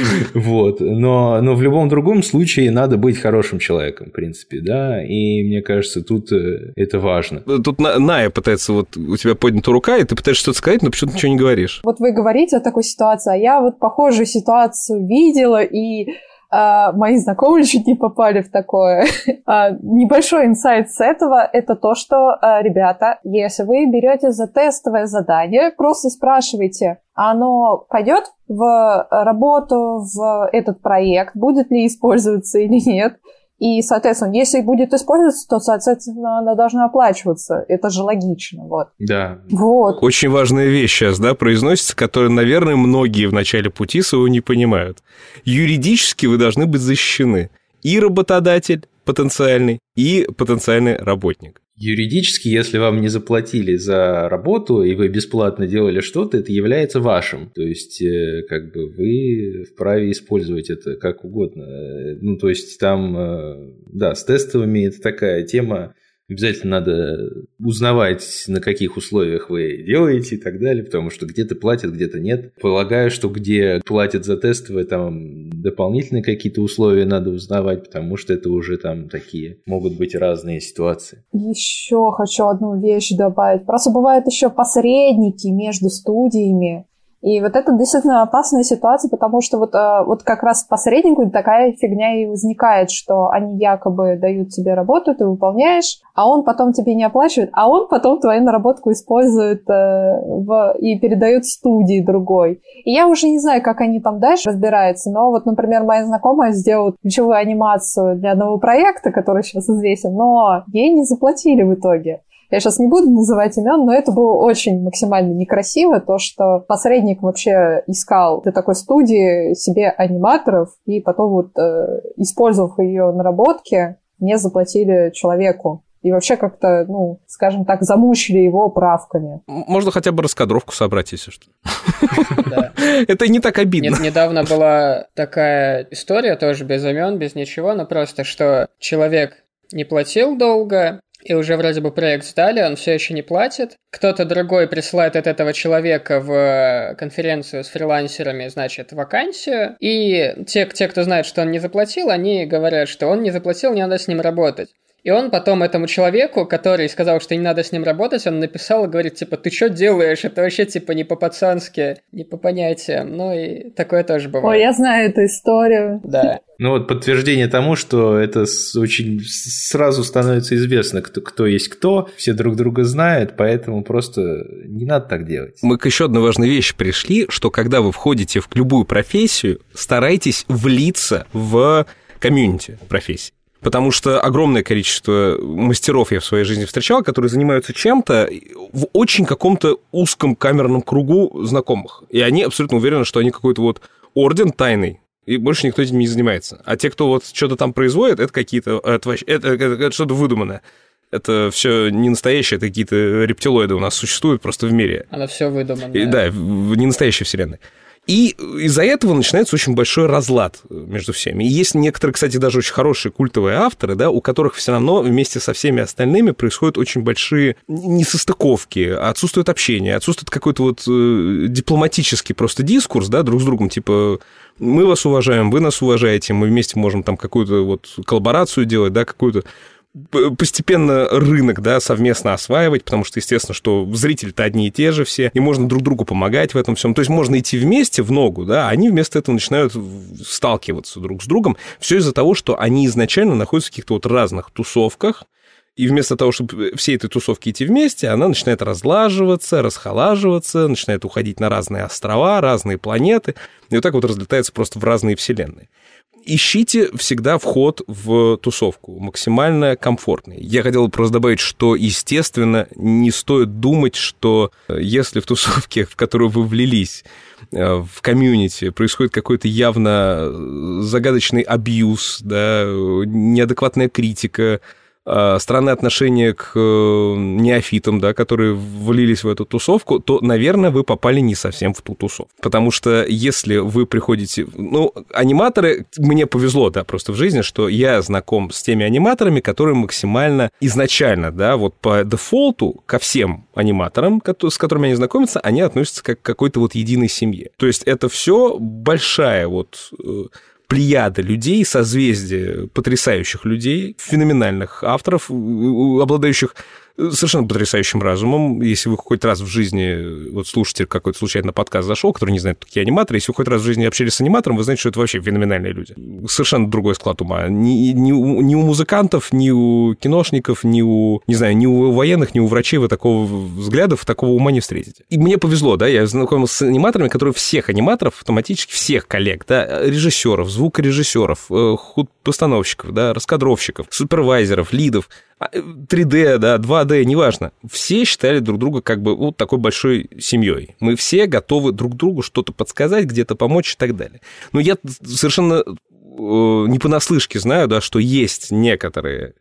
Вот, но, но в любом другом случае надо быть хорошим человеком, в принципе, да, и мне кажется, тут это важно. Тут Ная пытается, вот у тебя поднята рука, и ты пытаешься что-то сказать, но почему-то ничего не говоришь. Вот вы говорите о такой ситуации, а я вот похожую ситуацию видела, и Uh, мои знакомые чуть не попали в такое. Uh, небольшой инсайт с этого – это то, что, uh, ребята, если вы берете за тестовое задание, просто спрашивайте, оно пойдет в работу, в этот проект, будет ли использоваться или нет. И, соответственно, если будет использоваться, то, соответственно, она должна оплачиваться. Это же логично, вот. Да. Вот. Очень важная вещь сейчас, да, произносится, которую, наверное, многие в начале пути своего не понимают. Юридически вы должны быть защищены. И работодатель потенциальный, и потенциальный работник. Юридически, если вам не заплатили за работу, и вы бесплатно делали что-то, это является вашим. То есть, как бы вы вправе использовать это как угодно. Ну, то есть, там, да, с тестовыми это такая тема Обязательно надо узнавать, на каких условиях вы делаете и так далее, потому что где-то платят, где-то нет. Полагаю, что где платят за тестовые, там дополнительные какие-то условия надо узнавать, потому что это уже там такие могут быть разные ситуации. Еще хочу одну вещь добавить. Просто бывают еще посредники между студиями. И вот это действительно опасная ситуация, потому что вот, вот как раз посреднику такая фигня и возникает, что они якобы дают тебе работу, ты выполняешь, а он потом тебе не оплачивает, а он потом твою наработку использует э, в, и передает студии другой. И я уже не знаю, как они там дальше разбираются, но вот, например, моя знакомая сделала ключевую анимацию для одного проекта, который сейчас известен, но ей не заплатили в итоге. Я сейчас не буду называть имен, но это было очень максимально некрасиво, то, что посредник вообще искал для такой студии себе аниматоров, и потом вот, э, использовав ее наработки, не заплатили человеку. И вообще как-то, ну, скажем так, замучили его правками. Можно хотя бы раскадровку собрать, если что. Это не так обидно. Недавно была такая история, тоже без имен, без ничего, но просто, что человек не платил долго, и уже вроде бы проект сдали, он все еще не платит. Кто-то другой присылает от этого человека в конференцию с фрилансерами, значит, вакансию. И те, те, кто знает, что он не заплатил, они говорят, что он не заплатил, не надо с ним работать. И он потом этому человеку, который сказал, что не надо с ним работать, он написал и говорит, типа, ты что делаешь? Это вообще, типа, не по-пацански, не по понятиям. Ну и такое тоже бывает. Ой, я знаю эту историю. Да. Ну вот подтверждение тому, что это очень сразу становится известно, кто, кто есть кто, все друг друга знают, поэтому просто не надо так делать. Мы к еще одной важной вещи пришли, что когда вы входите в любую профессию, старайтесь влиться в комьюнити профессии. Потому что огромное количество мастеров я в своей жизни встречал, которые занимаются чем-то в очень каком-то узком камерном кругу знакомых. И они абсолютно уверены, что они какой-то вот орден тайный, и больше никто этим не занимается. А те, кто вот что-то там производит, это какие-то... Это, это, это, это что-то выдуманное. Это все не настоящее, это какие-то рептилоиды у нас существуют просто в мире. Оно все выдуманное. И, да, в не настоящей вселенной. И из-за этого начинается очень большой разлад между всеми. И есть некоторые, кстати, даже очень хорошие культовые авторы, да, у которых все равно вместе со всеми остальными происходят очень большие несостыковки, отсутствует общение, отсутствует какой-то вот э, дипломатический просто дискурс, да, друг с другом, типа мы вас уважаем, вы нас уважаете, мы вместе можем там какую-то вот коллаборацию делать, да, какую-то постепенно рынок, да, совместно осваивать, потому что, естественно, что зрители-то одни и те же все, и можно друг другу помогать в этом всем. То есть можно идти вместе в ногу, да, а они вместо этого начинают сталкиваться друг с другом. Все из-за того, что они изначально находятся в каких-то вот разных тусовках, и вместо того, чтобы всей этой тусовки идти вместе, она начинает разлаживаться, расхолаживаться, начинает уходить на разные острова, разные планеты, и вот так вот разлетается просто в разные вселенные. Ищите всегда вход в тусовку максимально комфортный. Я хотел просто добавить, что, естественно, не стоит думать, что если в тусовке, в которую вы влились, в комьюнити происходит какой-то явно загадочный абьюз, да, неадекватная критика, странное отношение к неофитам, да, которые влились в эту тусовку, то, наверное, вы попали не совсем в ту тусовку. Потому что если вы приходите... Ну, аниматоры... Мне повезло, да, просто в жизни, что я знаком с теми аниматорами, которые максимально изначально, да, вот по дефолту ко всем аниматорам, с которыми они знакомятся, они относятся как к какой-то вот единой семье. То есть это все большая вот... плеяда людей, созвездие потрясающих людей, феноменальных авторов, обладающих совершенно потрясающим разумом. Если вы хоть раз в жизни, вот слушатель какой-то случайно на подкаст зашел, который не знает, кто такие аниматоры, если вы хоть раз в жизни общались с аниматором, вы знаете, что это вообще феноменальные люди. Совершенно другой склад ума. Ни, ни, у, ни у музыкантов, ни у киношников, ни у, не знаю, ни у военных, ни у врачей вы такого взглядов, такого ума не встретите. И мне повезло, да, я знакомился с аниматорами, которые всех аниматоров, автоматически всех коллег, да, режиссеров, звукорежиссеров, постановщиков, да, раскадровщиков, супервайзеров, лидов, три дэ, да, два дэ, неважно. Все считали друг друга как бы вот такой большой семьей. Мы все готовы друг другу что-то подсказать, где-то помочь и так далее. Но я совершенно не понаслышке знаю, да, что есть некоторые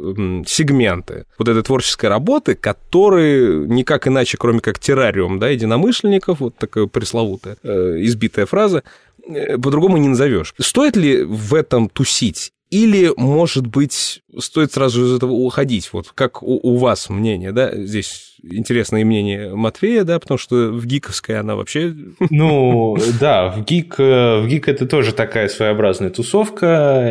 сегменты вот этой творческой работы, которые никак иначе, кроме как террариум, да, единомышленников, вот такая пресловутая избитая фраза, по-другому не назовешь. Стоит ли в этом тусить? Или, может быть, стоит сразу из этого уходить? Вот как у, у вас мнение, да? Здесь интересное мнение Матвея, да, потому что в гиковской она вообще... Ну, да, в гик, в гик это тоже такая своеобразная тусовка,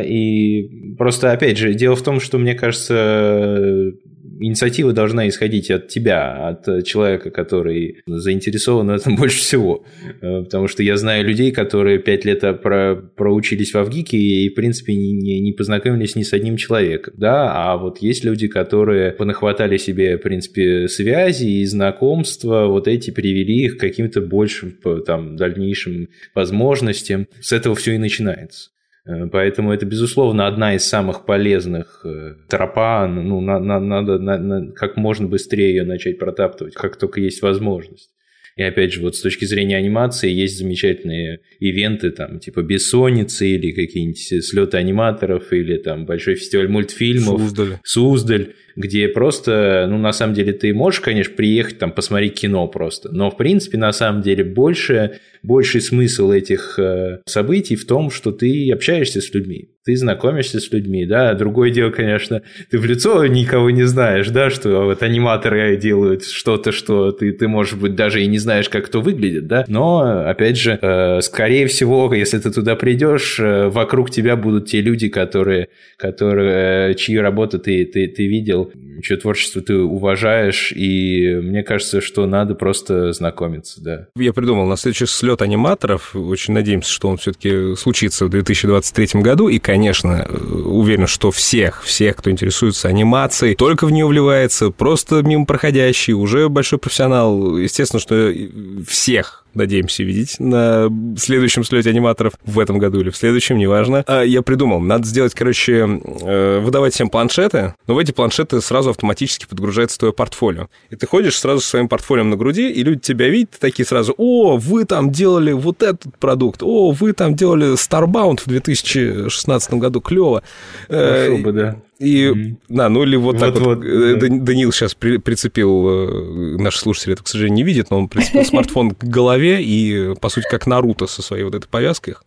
и просто, опять же, дело в том, что, мне кажется, инициатива должна исходить от тебя, от человека, который заинтересован в этом больше всего. Потому что я знаю людей, которые пять лет про, проучились во ВГИКе и, в принципе, не, не познакомились ни с одним человеком. Да? А вот есть люди, которые понахватали себе, в принципе, связи и знакомства, вот эти привели их к каким-то большим там, дальнейшим возможностям. С этого все и начинается. Поэтому это, безусловно, одна из самых полезных тропа. Ну, на, на, надо на, на, как можно быстрее ее начать протаптывать, как только есть возможность. И опять же, вот с точки зрения анимации есть замечательные ивенты, там, типа «Бессонницы» или какие-нибудь слеты аниматоров, или там большой фестиваль мультфильмов. Суздаль. Суздаль, где просто, ну, на самом деле, ты можешь, конечно, приехать, там, посмотреть кино просто, но, в принципе, на самом деле, больше, больший смысл этих э, событий в том, что ты общаешься с людьми, ты знакомишься с людьми, да, другое дело, конечно, ты в лицо никого не знаешь, да, что вот аниматоры делают что-то, что ты, ты, может быть, даже и не знаешь, как кто выглядит, да, но, опять же, э, скорее всего, если ты туда придешь, э, вокруг тебя будут те люди, которые, которые, э, чьи работы ты, ты, ты видел, чье творчество ты уважаешь, и мне кажется, что надо просто знакомиться, да. Я придумал, на следующий слет аниматоров, очень надеемся, что он все-таки случится в две тысячи двадцать третьем году, и, конечно, уверен, что всех, всех, кто интересуется анимацией, только в нее вливается, просто мимо проходящий, уже большой профессионал, естественно, что всех надеемся видеть на следующем слете аниматоров в этом году или в следующем, неважно. А я придумал, надо сделать, короче, выдавать всем планшеты, но в эти планшеты сразу автоматически подгружается твое портфолио. И ты ходишь сразу со своим портфолио на груди, и люди тебя видят, такие сразу: «О, вы там делали вот этот продукт, о, вы там делали Starbound в две тысячи шестнадцатом году, клево». Хорошо бы, да. И, mm-hmm. да, ну или вот, вот так вот, вот да. Даниил сейчас при, прицепил, наши слушатели это, к сожалению, не видят, но он прицепил смартфон к голове и, по сути, как Наруто со своей вот этой повязкой.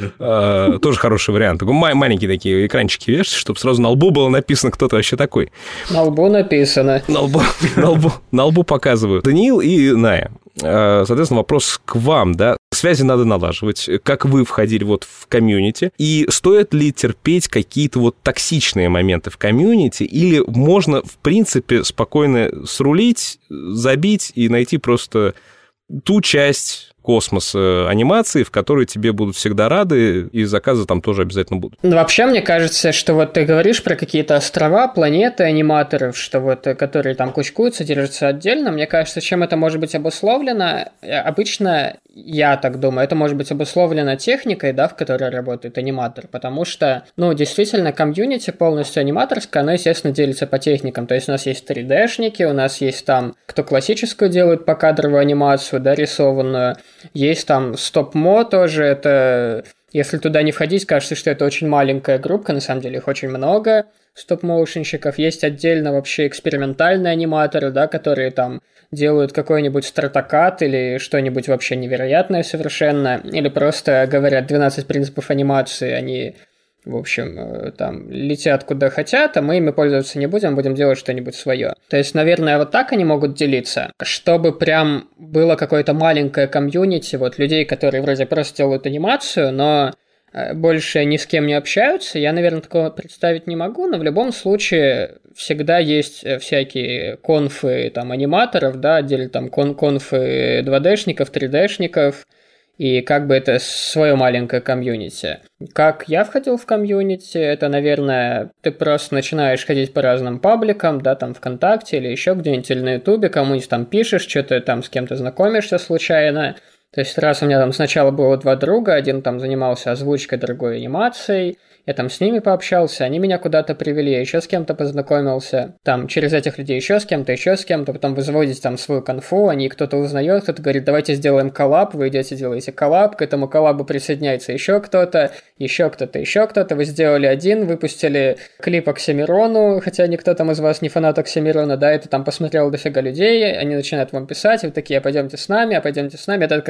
Тоже хороший вариант. Маленькие такие экранчики вешать, чтобы сразу на лбу было написано, кто ты вообще такой. На лбу написано. На лбу, на лбу, на лбу показывают. Даниил и Ная. Соответственно, вопрос к вам, да. Связи надо налаживать. Как вы входили вот в комьюнити? И стоит ли терпеть какие-то вот токсичные моменты в комьюнити? Или можно, в принципе, спокойно срулить, забить и найти просто ту часть космоса анимации, в которой тебе будут всегда рады, и заказы там тоже обязательно будут? Ну, вообще, мне кажется, что вот ты говоришь про какие-то острова, планеты аниматоров, что вот, которые там кучкуются, держатся отдельно. Мне кажется, чем это может быть обусловлено? Обычно, я так думаю, это может быть обусловлено техникой, да, в которой работает аниматор, потому что, ну, действительно, комьюнити полностью аниматорское, оно, естественно, делится по техникам. То есть у нас есть три дэ-шники, у нас есть там, кто классическую делает покадровую анимацию, да, рисованную, есть там стоп-мо тоже, это, если туда не входить, кажется, что это очень маленькая группа, на самом деле их очень много, стоп-моушенщиков. Есть отдельно вообще экспериментальные аниматоры, да, которые там делают какой-нибудь стратокат или что-нибудь вообще невероятное совершенно, или просто говорят двенадцать принципов анимации, они... В общем, там, летят куда хотят, а мы ими пользоваться не будем, будем делать что-нибудь свое. То есть, наверное, вот так они могут делиться, чтобы прям было какое-то маленькое комьюнити, вот, людей, которые вроде просто делают анимацию, но больше ни с кем не общаются, я, наверное, такого представить не могу, но в любом случае всегда есть всякие конфы там аниматоров, да, отдельно там кон- конфы два дэ-шников, три дэ-шников, и как бы это свое маленькое комьюнити. Как я входил в комьюнити, это, наверное, ты просто начинаешь ходить по разным пабликам, да, там ВКонтакте или еще где-нибудь, или на Ютубе, кому-нибудь там пишешь, что-то там с кем-то знакомишься случайно. То есть раз у меня там сначала было два друга, один там занимался озвучкой, другой анимацией, я там с ними пообщался, они меня куда-то привели, я еще с кем-то познакомился, там через этих людей еще с кем-то, еще с кем-то, потом вы заводите там свою конфу, они кто-то узнает, кто-то говорит, давайте сделаем коллаб, вы идете, делаете коллаб, к этому коллабу присоединяется еще кто-то, еще кто-то, еще кто-то, вы сделали один, выпустили клип Оксимирону, хотя никто там из вас не фанат Оксимирона, да, это там посмотрел дофига людей, они начинают вам писать, вы такие, а пойдемте с нами, а пойдемте с нами, это как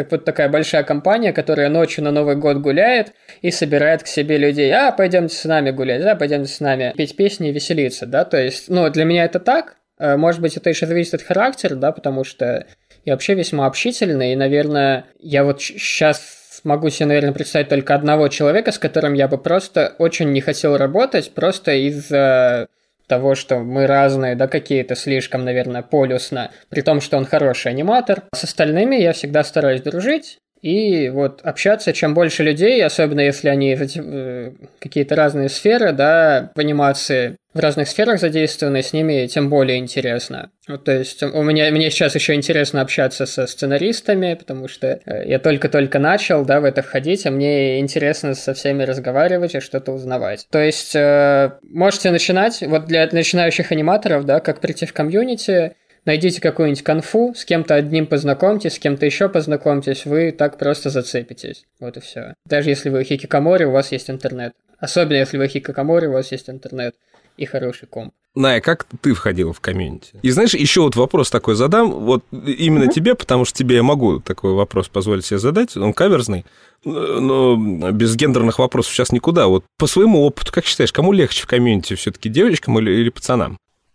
как вот такая большая компания, которая ночью на Новый год гуляет и собирает к себе людей. А, пойдемте с нами гулять, да, пойдемте с нами петь песни и веселиться, да, то есть, ну, для меня это так. Может быть, это еще зависит от характера, да, потому что я вообще весьма общительный, и, наверное, я вот сейчас могу себе, наверное, представить только одного человека, с которым я бы просто очень не хотел работать, просто из-за того, что мы разные, да, какие-то слишком, наверное, полюсно, при том, что он хороший аниматор. С остальными я всегда стараюсь дружить и вот общаться. Чем больше людей, особенно если они э, какие-то разные сферы, да, в анимации, в разных сферах задействованы, с ними тем более интересно. Вот, то есть у меня, мне сейчас еще интересно общаться со сценаристами, потому что я только-только начал, да, в это входить, а мне интересно со всеми разговаривать и что-то узнавать. То есть э, можете начинать, вот для начинающих аниматоров, да, как прийти в комьюнити, найдите какую-нибудь конфу, с кем-то одним познакомьтесь, с кем-то еще познакомьтесь, вы так просто зацепитесь. Вот и все. Даже если вы хикикамори, у вас есть интернет. Особенно если вы хикикамори, у вас есть интернет и хороший комп. Ная, как ты входила в комьюнити? И знаешь, еще вот вопрос такой задам, вот именно mm-hmm. тебе, потому что тебе я могу такой вопрос позволить себе задать, он каверзный, но без гендерных вопросов сейчас никуда. Вот по своему опыту, как считаешь, кому легче в комьюнити, все-таки девочкам или, или пацанам?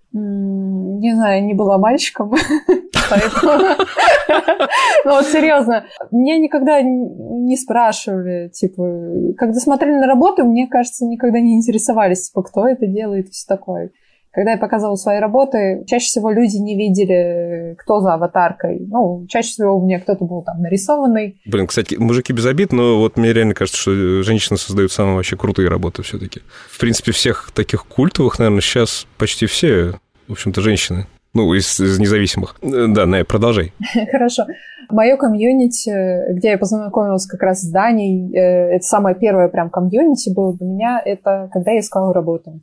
Не знаю, не была мальчиком, поэтому... Ну вот серьезно, меня никогда не спрашивали, типа, когда смотрели на работу, мне кажется, никогда не интересовались, типа, кто это делает и все такое. Когда я показывала свои работы, чаще всего люди не видели, кто за аватаркой. Ну, чаще всего у меня кто-то был там нарисованный. Блин, кстати, мужики без обид, но вот мне реально кажется, что женщины создают самые вообще крутые работы все-таки. В принципе, всех таких культовых, наверное, сейчас почти все, в общем-то, женщины. Ну, из, из независимых. Да, Ная, продолжай. Хорошо. Мое комьюнити, где я познакомилась как раз с Даней, это самое первое прям комьюнити было для меня, это когда я искала работу.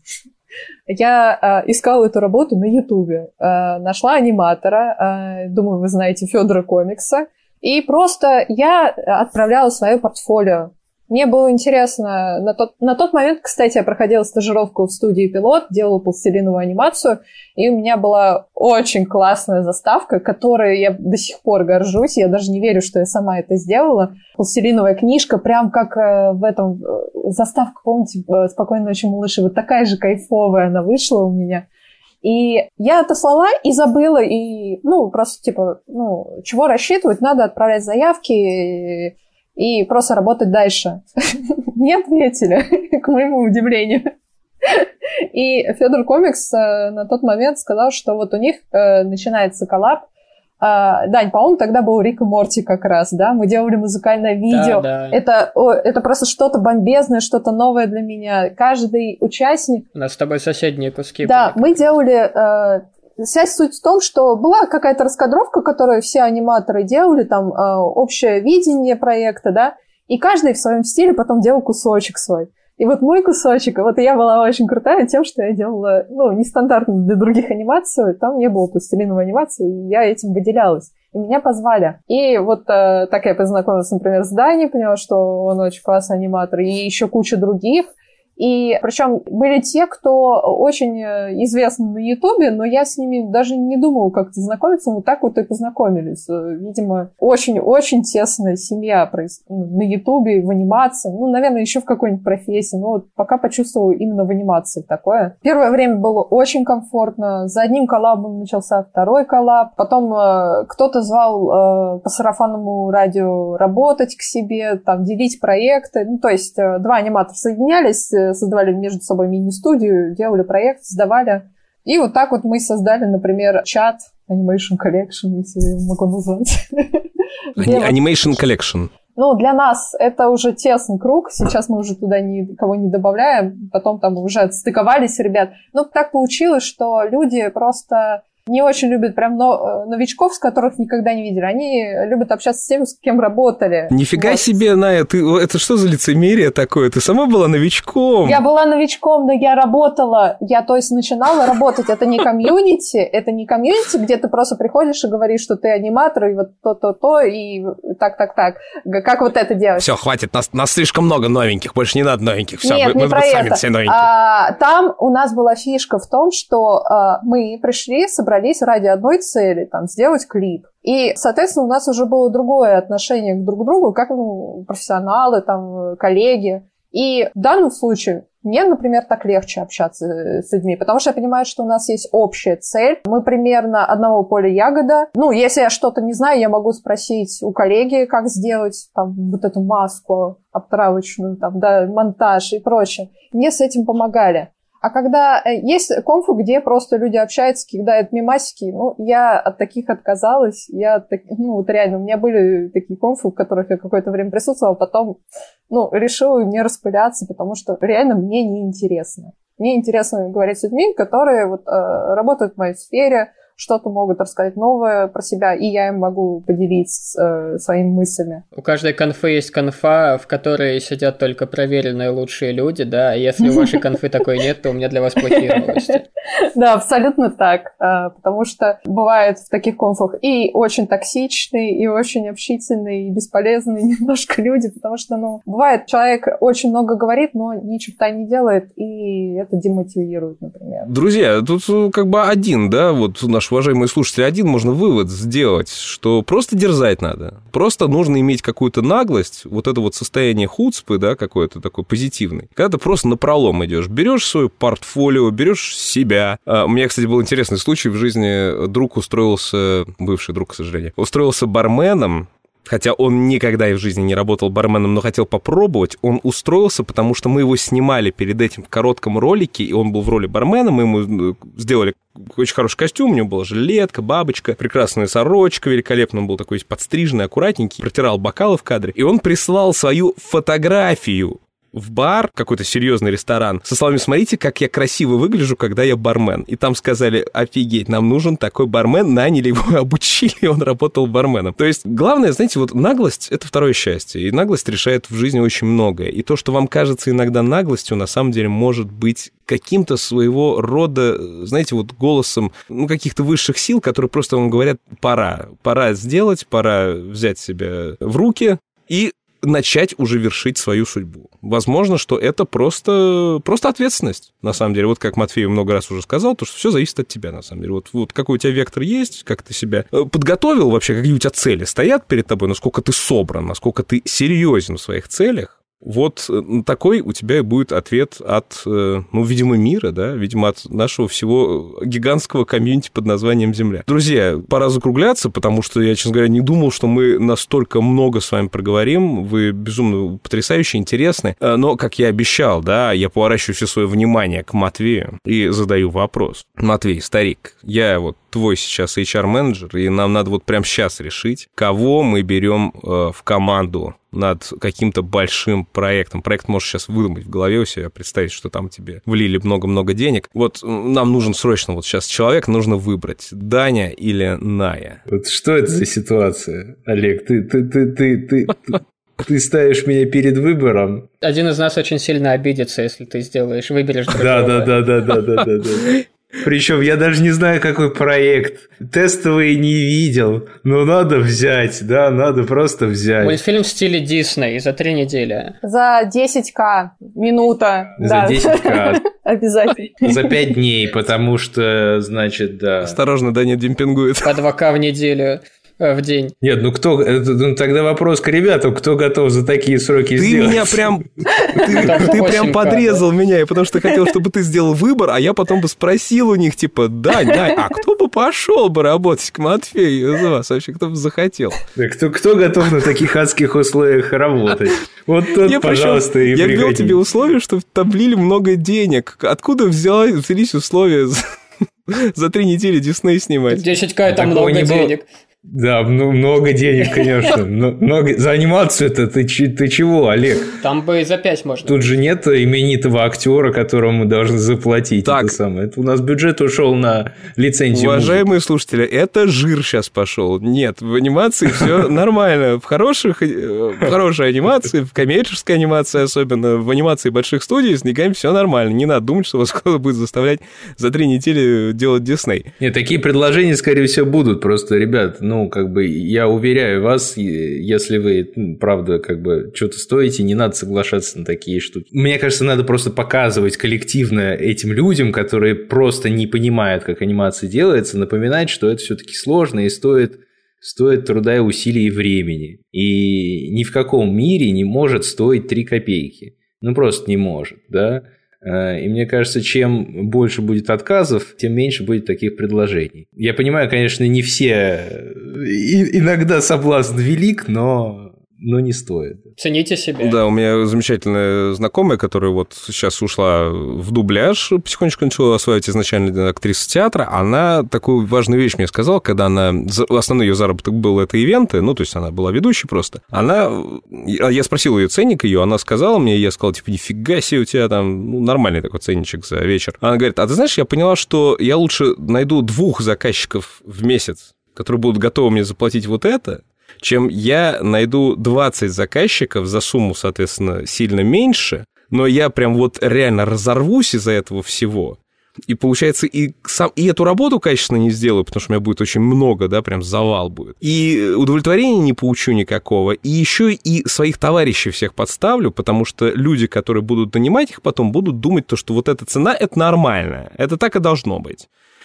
Я э, искала эту работу на Ютубе, э, нашла аниматора, э, думаю, вы знаете Федора Комикса, и просто я отправляла свое портфолио. Мне было интересно, на тот, на тот момент, кстати, я проходила стажировку в студии «Пилот», делала пластилиновую анимацию, и у меня была очень классная заставка, которой я до сих пор горжусь, я даже не верю, что я сама это сделала. Пластилиновая книжка, прям как э, в этом, э, заставка, помните, «Спокойной ночи, малыши», вот такая же кайфовая она вышла у меня. И я отослала и забыла, и, ну, просто, типа, ну, чего рассчитывать, надо отправлять заявки, и... и просто работать дальше. Не ответили, к моему удивлению. И Федор Комикс э, на тот момент сказал, что вот у них э, начинается коллаб. Э, Дань, по-моему, тогда был Рик и Морти как раз, да? Мы делали музыкальное видео. Да, да. Это, о, это просто что-то бомбезное, что-то новое для меня. Каждый участник... У нас с тобой соседние куски. Да, были. Мы делали... Э, Вся суть в том, что была какая-то раскадровка, которую все аниматоры делали, там э, общее видение проекта, да, и каждый в своем стиле потом делал кусочек свой. И вот мой кусочек, вот я была очень крутая тем, что я делала, ну, нестандартно для других анимаций, там не было пластилиновой анимации, и я этим выделялась. И меня позвали. И вот э, так я познакомилась, например, с Даней, поняла, что он очень классный аниматор, и еще куча других. И причем были те, кто очень известны на Ютубе, но я с ними даже не думала как-то знакомиться, вот так вот и познакомились. Видимо, очень-очень тесная семья на Ютубе, в анимации, ну, наверное, еще в какой-нибудь профессии, но вот пока почувствовала именно в анимации такое. Первое время было очень комфортно, за одним коллабом начался второй коллаб, потом э, кто-то звал э, по сарафанному радио работать к себе, там, делить проекты, ну, то есть э, два аниматора соединялись, создавали между собой мини-студию, делали проект, создавали. И вот так вот мы создали, например, чат Animation Collection, если я могу назвать. Animation Collection. Ну, для нас это уже тесный круг. Сейчас мы уже туда никого не добавляем. Потом там уже отстыковались ребят. Ну, так получилось, что люди просто... не очень любят прям новичков, с которых никогда не видели. Они любят общаться с теми, с кем работали. Нифига вот. Себе, Ная, ты, это что за лицемерие такое? Ты сама была новичком. Я была новичком, но я работала. Я, то есть, начинала работать. Это не комьюнити, это не комьюнити, где ты просто приходишь и говоришь, что ты аниматор, и вот то-то-то, и так-так-так. Как вот это делать? Все, хватит, нас, нас слишком много новеньких, больше не надо новеньких. Все, Нет, мы, не мы про сами это. все новенькие. А, там у нас была фишка в том, что а, мы пришли, собрались собрались ради одной цели, там, сделать клип. И, соответственно, у нас уже было другое отношение друг к другу, как ну, профессионалы, там, коллеги. И в данном случае мне, например, так легче общаться с людьми, потому что я понимаю, что у нас есть общая цель. Мы примерно одного поля ягода. Ну, если я что-то не знаю, я могу спросить у коллеги, как сделать там вот эту маску обтравочную, там, да, монтаж и прочее. Мне с этим помогали. А когда есть конфы, где просто люди общаются, кидают мемасики, ну, я от таких отказалась. Я, ну, вот реально, у меня были такие конфы, в которых я какое-то время присутствовала, потом, ну, решила не распыляться, потому что реально мне неинтересно. Мне интересно говорить с людьми, которые вот, э, работают в моей сфере, что-то могут рассказать новое про себя, и я им могу поделиться э, своими мыслями. У каждой конфы есть конфа, в которой сидят только проверенные лучшие люди, да, если у вашей конфы такой нет, то у меня для вас плохие новости. Да, абсолютно так, потому что бывают в таких конфах и очень токсичные, и очень общительные, и бесполезные немножко люди, потому что, ну, бывает, человек очень много говорит, но ни черта не делает, и это демотивирует, например. Друзья, тут как бы один, да, вот наш уважаемый слушатель, один можно вывод сделать, что просто дерзать надо. Просто нужно иметь какую-то наглость, вот это вот состояние хуцпы, да, какое-то такое позитивное. Когда ты просто напролом идешь, берешь свое портфолио, берешь себя. У меня, кстати, был интересный случай в жизни. Друг устроился, бывший друг, к сожалению, устроился барменом. Хотя он никогда и в жизни не работал барменом, но хотел попробовать, он устроился, потому что мы его снимали перед этим в коротком ролике, и он был в роли бармена, мы ему сделали очень хороший костюм, у него была жилетка, бабочка, прекрасная сорочка, великолепно, он был такой подстриженный, аккуратненький, протирал бокалы в кадре, и он прислал свою фотографию в бар, какой-то серьезный ресторан, со словами: смотрите, как я красиво выгляжу, когда я бармен. И там сказали: офигеть, нам нужен такой бармен, наняли его, обучили, и он работал барменом. То есть, главное, знаете, вот наглость — это второе счастье, и наглость решает в жизни очень многое. И то, что вам кажется иногда наглостью, на самом деле может быть каким-то своего рода, знаете, вот голосом, ну, каких-то высших сил, которые просто вам говорят: пора, пора сделать, пора взять себя в руки и начать уже вершить свою судьбу. Возможно, что это просто, просто ответственность, на самом деле. Вот как Матвей много раз уже сказал, то, что все зависит от тебя, на самом деле. Вот, вот какой у тебя вектор есть, как ты себя подготовил вообще, какие у тебя цели стоят перед тобой, насколько ты собран, насколько ты серьезен в своих целях. Вот такой у тебя и будет ответ от, ну, видимо, мира, да, видимо, от нашего всего гигантского комьюнити под названием Земля. Друзья, пора закругляться, потому что я, честно говоря, не думал, что мы настолько много с вами проговорим. Вы безумно потрясающие, интересны. Но, как я обещал, да, я поворачиваю все свое внимание к Матвею и задаю вопрос. Матвей, старик, я вот твой сейчас эйч ар-менеджер, и нам надо вот прямо сейчас решить, кого мы берем в команду над каким-то большим проектом. Проект можешь сейчас выдумать в голове у себя, представить, что там тебе влили много-много денег. Вот нам нужен срочно вот сейчас человек, нужно выбрать, Даня или Ная. Вот что это за ситуация, Олег? Ты, ты, ты, ты, ты, ты, ты ставишь меня перед выбором. Один из нас очень сильно обидится, если ты сделаешь, выберешь другого. Да, да, да, да, да, да, да, да. Причем я даже не знаю, какой проект. Тестовый не видел. Но надо взять, да, надо просто взять. Мультфильм в стиле Дисней за три недели. За десять тысяч минута. За да. десять тысяч. Обязательно. За пять дней, потому что, значит, да. Осторожно, Даня демпингует. По два тысячи в неделю. В день. Нет, ну кто... Ну, тогда вопрос к ребятам, кто готов за такие сроки ты сделать? Меня прям, ты, ты прям подрезал меня, потому что хотел, чтобы ты сделал выбор, а я потом бы спросил у них, типа, Дань, Дань, а кто бы пошел бы работать к Матфею из вас вообще, кто бы захотел? Да, кто, кто готов на таких адских условиях работать? Вот тут, я пожалуйста, причем, и я приходи. ввел тебе условия, что там влили много денег. Откуда взялись, взялись условия за, за три недели Дисней снимать? десять тысяч там много денег. Да, ну, много денег, конечно. Много... За анимацию-то ты, ты чего, Олег? Там бы и за пять можно. Тут же нет именитого актера, которому мы должны заплатить. Так. Это самое. Это у нас бюджет ушел на лицензию. Уважаемые музыки. Слушатели, это жир сейчас пошел. Нет, в анимации все нормально. В хороших, в хорошей анимации, в коммерческой анимации особенно, в анимации больших студий с деньгами все нормально. Не надо думать, что вас кто-то будет заставлять за три недели делать Дисней. Нет, такие предложения, скорее всего, будут. Просто, ребят, ну, как бы, я уверяю вас, если вы, правда, как бы, что-то стоите, не надо соглашаться на такие штуки. Мне кажется, надо просто показывать коллективно этим людям, которые просто не понимают, как анимация делается, напоминать, что это все-таки сложно и стоит, стоит труда и усилий и времени. И ни в каком мире не может стоить три копейки. Ну, просто не может, да? И мне кажется, чем больше будет отказов, тем меньше будет таких предложений. Я понимаю, конечно, не все, иногда соблазн велик, но... но не стоит. Цените себя. Да, у меня замечательная знакомая, которая вот сейчас ушла в дубляж, потихонечку начала осваивать изначально актрису театра. Она такую важную вещь мне сказала, когда она... Основной ее заработок был это ивенты, ну, то есть она была ведущей просто. Она... Я спросил ее ценник ее, она сказала мне, я сказал, типа, нифига себе у тебя там, ну, нормальный такой ценничек за вечер. Она говорит, а ты знаешь, я поняла, что я лучше найду двух заказчиков в месяц, которые будут готовы мне заплатить вот это, чем я найду двадцать заказчиков за сумму, соответственно, сильно меньше, но я прям вот реально разорвусь из-за этого всего. И получается, и, сам, и эту работу качественно не сделаю, потому что у меня будет очень много, да, прям завал будет. И удовлетворения не получу никакого, и еще и своих товарищей всех подставлю, потому что люди, которые будут нанимать их потом, будут думать, то, что вот эта цена – это нормально, это так и должно быть.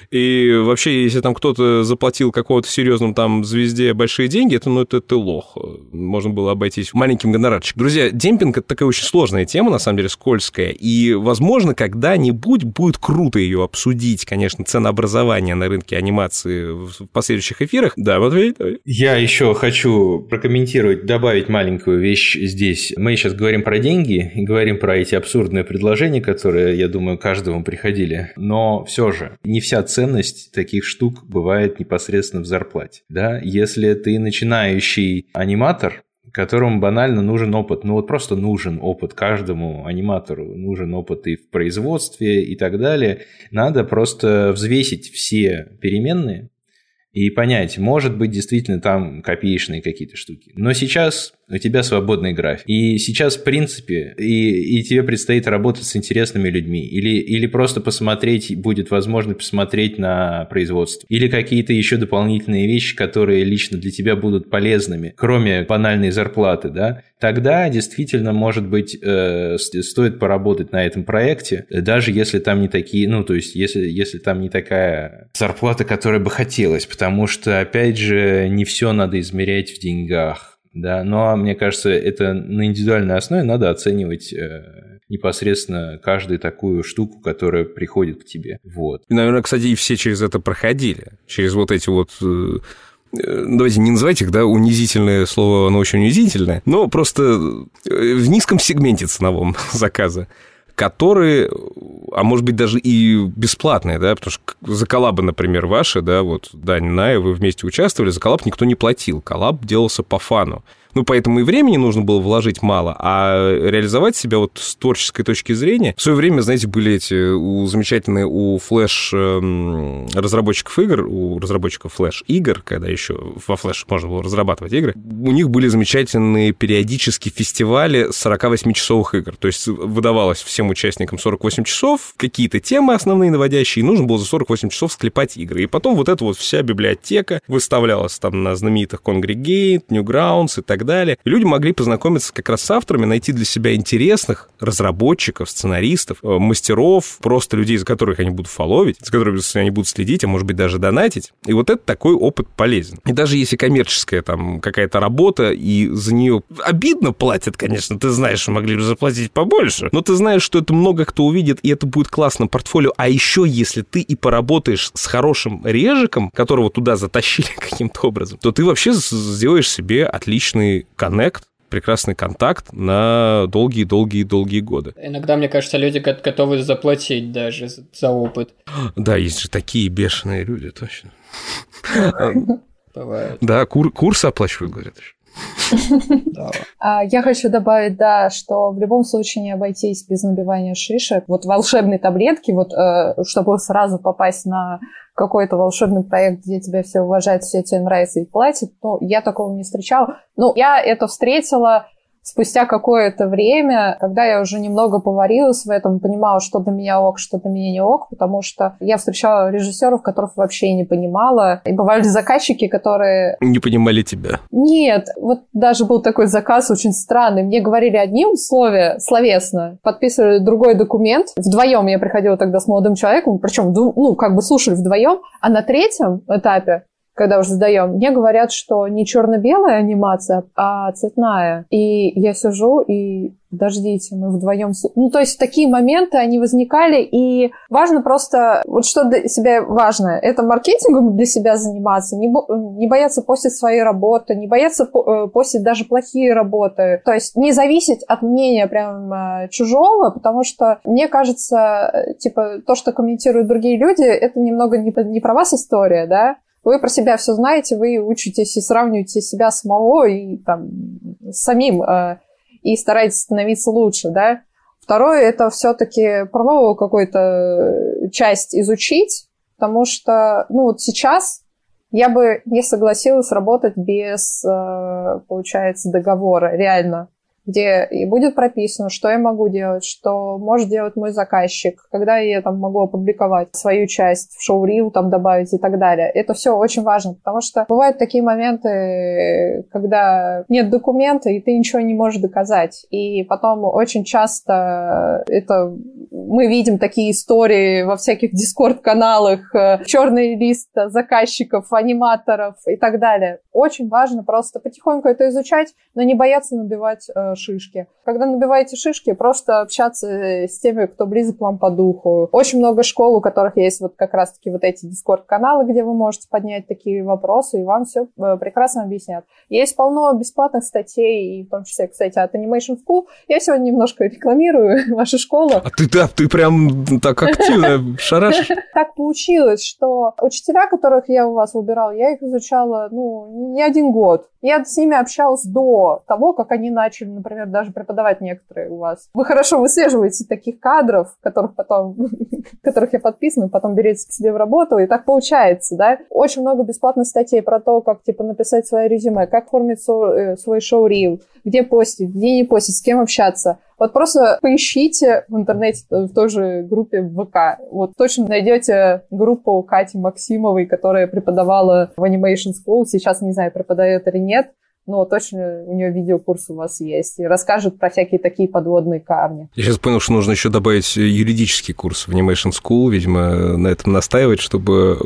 И вообще, если там кто-то заплатил какому-то серьезному там звезде большие деньги, это, ну, это ты лох. Можно было обойтись маленьким гонорарчиком. Друзья, демпинг – это такая очень сложная тема, на самом деле, скользкая. И, возможно, когда-нибудь будет круто ее обсудить, конечно, ценообразование на рынке анимации в последующих эфирах. Да, Матвей, давай. Я еще хочу прокомментировать, добавить маленькую вещь здесь. Мы сейчас говорим про деньги и говорим про эти абсурдные предложения, которые, я думаю, каждому приходили. Но все же, не вся ценность таких штук бывает непосредственно в зарплате. Да? Если ты начинающий аниматор, которому банально нужен опыт, ну вот просто нужен опыт каждому аниматору, нужен опыт и в производстве и так далее, надо просто взвесить все переменные и понять, может быть, действительно там копеечные какие-то штуки. Но сейчас у тебя свободный график. И сейчас, в принципе, и, и тебе предстоит работать с интересными людьми. Или, или просто посмотреть, будет возможность посмотреть на производство. Или какие-то еще дополнительные вещи, которые лично для тебя будут полезными, кроме банальной зарплаты, да. Тогда действительно, может быть, э, стоит поработать на этом проекте, даже если там не такие, ну, то есть, если, если там не такая зарплата, которая бы хотелось, потому что, опять же, не все надо измерять в деньгах. Да, но мне кажется, это на индивидуальной основе надо оценивать э, непосредственно каждую такую штуку, которая приходит к тебе. Вот. И, наверное, кстати, и все через это проходили. Через вот эти вот... Э, давайте не называйте их, да, унизительное слово, оно очень унизительное, но просто в низком сегменте ценовом заказа, которые, а может быть, даже и бесплатные, да, потому что за коллабы, например, ваши, да, вот, Дань, Ная, вы вместе участвовали, за коллаб никто не платил, коллаб делался по фану. Ну, поэтому и времени нужно было вложить мало, а реализовать себя вот с творческой точки зрения. В свое время, знаете, были эти у, замечательные у флэш разработчиков игр, у разработчиков флэш-игр, когда еще во флэш можно было разрабатывать игры, у них были замечательные периодические фестивали сорок восьмичасовых игр. То есть выдавалось всем участникам сорок восемь часов, какие-то темы основные наводящие, и нужно было за сорок восемь часов склепать игры. И потом вот эта вот вся библиотека выставлялась там на знаменитых Congregate, Newgrounds и так далее. Далее. И люди могли познакомиться как раз с авторами, найти для себя интересных разработчиков, сценаристов, мастеров, просто людей, за которых они будут фолловить, за которыми они будут следить, а может быть даже донатить. И вот это такой опыт полезен. И даже если коммерческая там какая-то работа, и за нее обидно платят, конечно, ты знаешь, что могли бы заплатить побольше, но ты знаешь, что это много кто увидит, и это будет классно портфолио. А еще если ты и поработаешь с хорошим режиком, которого туда затащили каким-то образом, то ты вообще сделаешь себе отличный коннект, прекрасный контакт на долгие-долгие-долгие годы. Иногда, мне кажется, люди готовы заплатить даже за опыт. Да, есть же такие бешеные люди, точно. Бывает. Да, курсы оплачивают, говорят. Я хочу добавить, да, что в любом случае не обойтись без набивания шишек. Вот волшебные таблетки, вот чтобы сразу попасть на какой-то волшебный проект, где тебя все уважают, все тебе нравятся и платят, ну, я такого не встречала. Ну, я это встретила спустя какое-то время, когда я уже немного поварилась в этом, понимала, что для меня ок, что для меня не ок, потому что я встречала режиссеров, которых вообще не понимала. И бывали заказчики, которые... Не понимали тебя. Нет, вот даже был такой заказ очень странный. Мне говорили одним слове, словесно, подписывали другой документ. Вдвоем я приходила тогда с молодым человеком, причем, ну, как бы слушали вдвоем, а на третьем этапе, когда уже сдаем, мне говорят, что не черно-белая анимация, а цветная. И я сижу и... Подождите, мы вдвоем... Ну, то есть такие моменты, они возникали, и важно просто... Вот что для себя важно, это маркетингом для себя заниматься, не, бо... не бояться постить свои работы, не бояться постить даже плохие работы. То есть не зависеть от мнения прям чужого, потому что, мне кажется, типа, то, что комментируют другие люди, это немного не, не про вас история, да? Вы про себя все знаете, вы учитесь и сравниваете себя самого и там с самим, э, и стараетесь становиться лучше, да. Второе, это все-таки правовую какую-то часть изучить, потому что, ну, вот сейчас я бы не согласилась работать без, э, получается, договора, реально, где и будет прописано, что я могу делать, что может делать мой заказчик, когда я там могу опубликовать свою часть в шоу-рил, там добавить и так далее. Это все очень важно, потому что бывают такие моменты, когда нет документа, и ты ничего не можешь доказать. И потом очень часто это мы видим такие истории во всяких дискорд-каналах, черный лист заказчиков, аниматоров и так далее. Очень важно просто потихоньку это изучать, но не бояться набивать шишки. Когда набиваете шишки, просто общаться с теми, кто близок к вам по духу. Очень много школ, у которых есть вот как раз-таки вот эти дискорд-каналы, где вы можете поднять такие вопросы, и вам все прекрасно объяснят. Есть полно бесплатных статей, и в том числе, кстати, от Animation School. Я сегодня немножко рекламирую вашу школу. А ты, да, ты прям так активно шарашишь. Так получилось, что учителя, которых я у вас выбирала, я их изучала, ну, не один год. Я с ними общалась до того, как они начали, например, даже преподавать некоторые у вас. Вы хорошо выслеживаете таких кадров, которых потом, которых я подписана, потом берете к себе в работу, и так получается, да. Очень много бесплатных статей про то, как, типа, написать свое резюме, как оформить свой шоу-рил, где постить, где не постить, с кем общаться. Вот просто поищите в интернете, в той же группе в ВК. Вот точно найдете группу Кати Максимовой, которая преподавала в Animation School. Сейчас, не знаю, преподает или нет, но точно у нее видеокурс у вас есть. И расскажет про всякие такие подводные камни. Я сейчас понял, что нужно еще добавить юридический курс в Animation School. Видимо, на этом настаивать, чтобы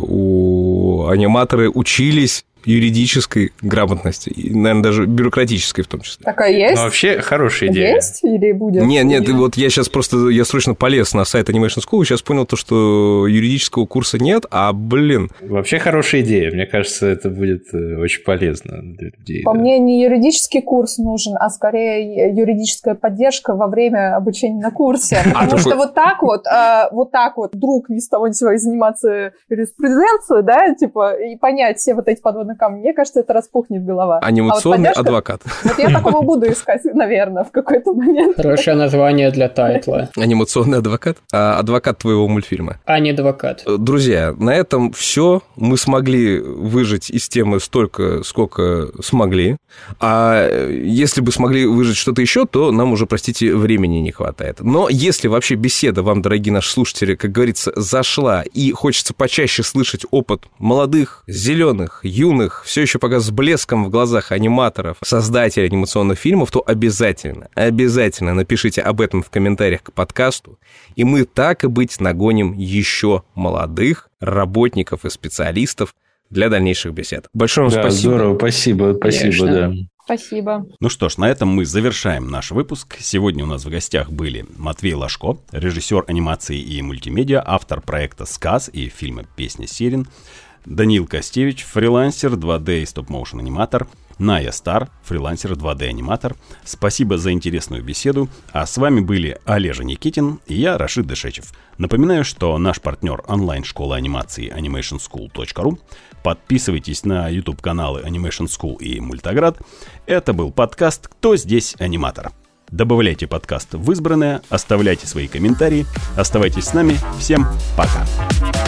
у аниматоры учились юридической грамотности, и, наверное, даже бюрократической в том числе. Такая есть? Ну, вообще, хорошая идея. Есть или будет? Нет, нет, вот я сейчас просто, я срочно полез на сайт Animation School, и сейчас понял то, что юридического курса нет, а, блин... Вообще хорошая идея. Мне кажется, это будет очень полезно для людей. По да. мне, не юридический курс нужен, а скорее юридическая поддержка во время обучения на курсе. Потому что вот так вот, вот так вот вдруг ни с того ни с сего заниматься юриспруденцией, да, типа, и понять все вот эти подводные камни, мне кажется, это распухнет голова. Анимационный а вот адвокат. Вот я такого буду искать, наверное, в какой-то момент. Хорошее название для тайтла. Анимационный адвокат? А, адвокат твоего мультфильма. А не адвокат. Друзья, на этом все. Мы смогли выжать из темы столько, сколько смогли. А если бы смогли выжать что-то еще, то нам уже, простите, времени не хватает. Но если вообще беседа вам, дорогие наши слушатели, как говорится, зашла, и хочется почаще слышать опыт молодых, зеленых, юных, все еще пока с блеском в глазах аниматоров, создателей анимационных фильмов, то обязательно, обязательно напишите об этом в комментариях к подкасту, и мы, так и быть, нагоним еще молодых работников и специалистов для дальнейших бесед. Большое вам да, спасибо. Здорово, спасибо, спасибо, Конечно. да. Спасибо. Ну что ж, на этом мы завершаем наш выпуск. Сегодня у нас в гостях были Матвей Лашко, режиссер анимации и мультимедиа, автор проекта «Сказ» и фильма «Песня сирен», Даниил Костевич, фрилансер, два дэ и стоп-моушен аниматор, Ная Стар, фрилансер, два дэ аниматор. Спасибо за интересную беседу. А с вами были Олежа Никитин и я, Рашид Дышечев. Напоминаю, что наш партнер онлайн-школа анимации анимейшн скул точка ру. Подписывайтесь на YouTube-каналы Animation School и Мультоград. Это был подкаст «Кто здесь аниматор?». Добавляйте подкаст в избранное, оставляйте свои комментарии. Оставайтесь с нами. Всем пока.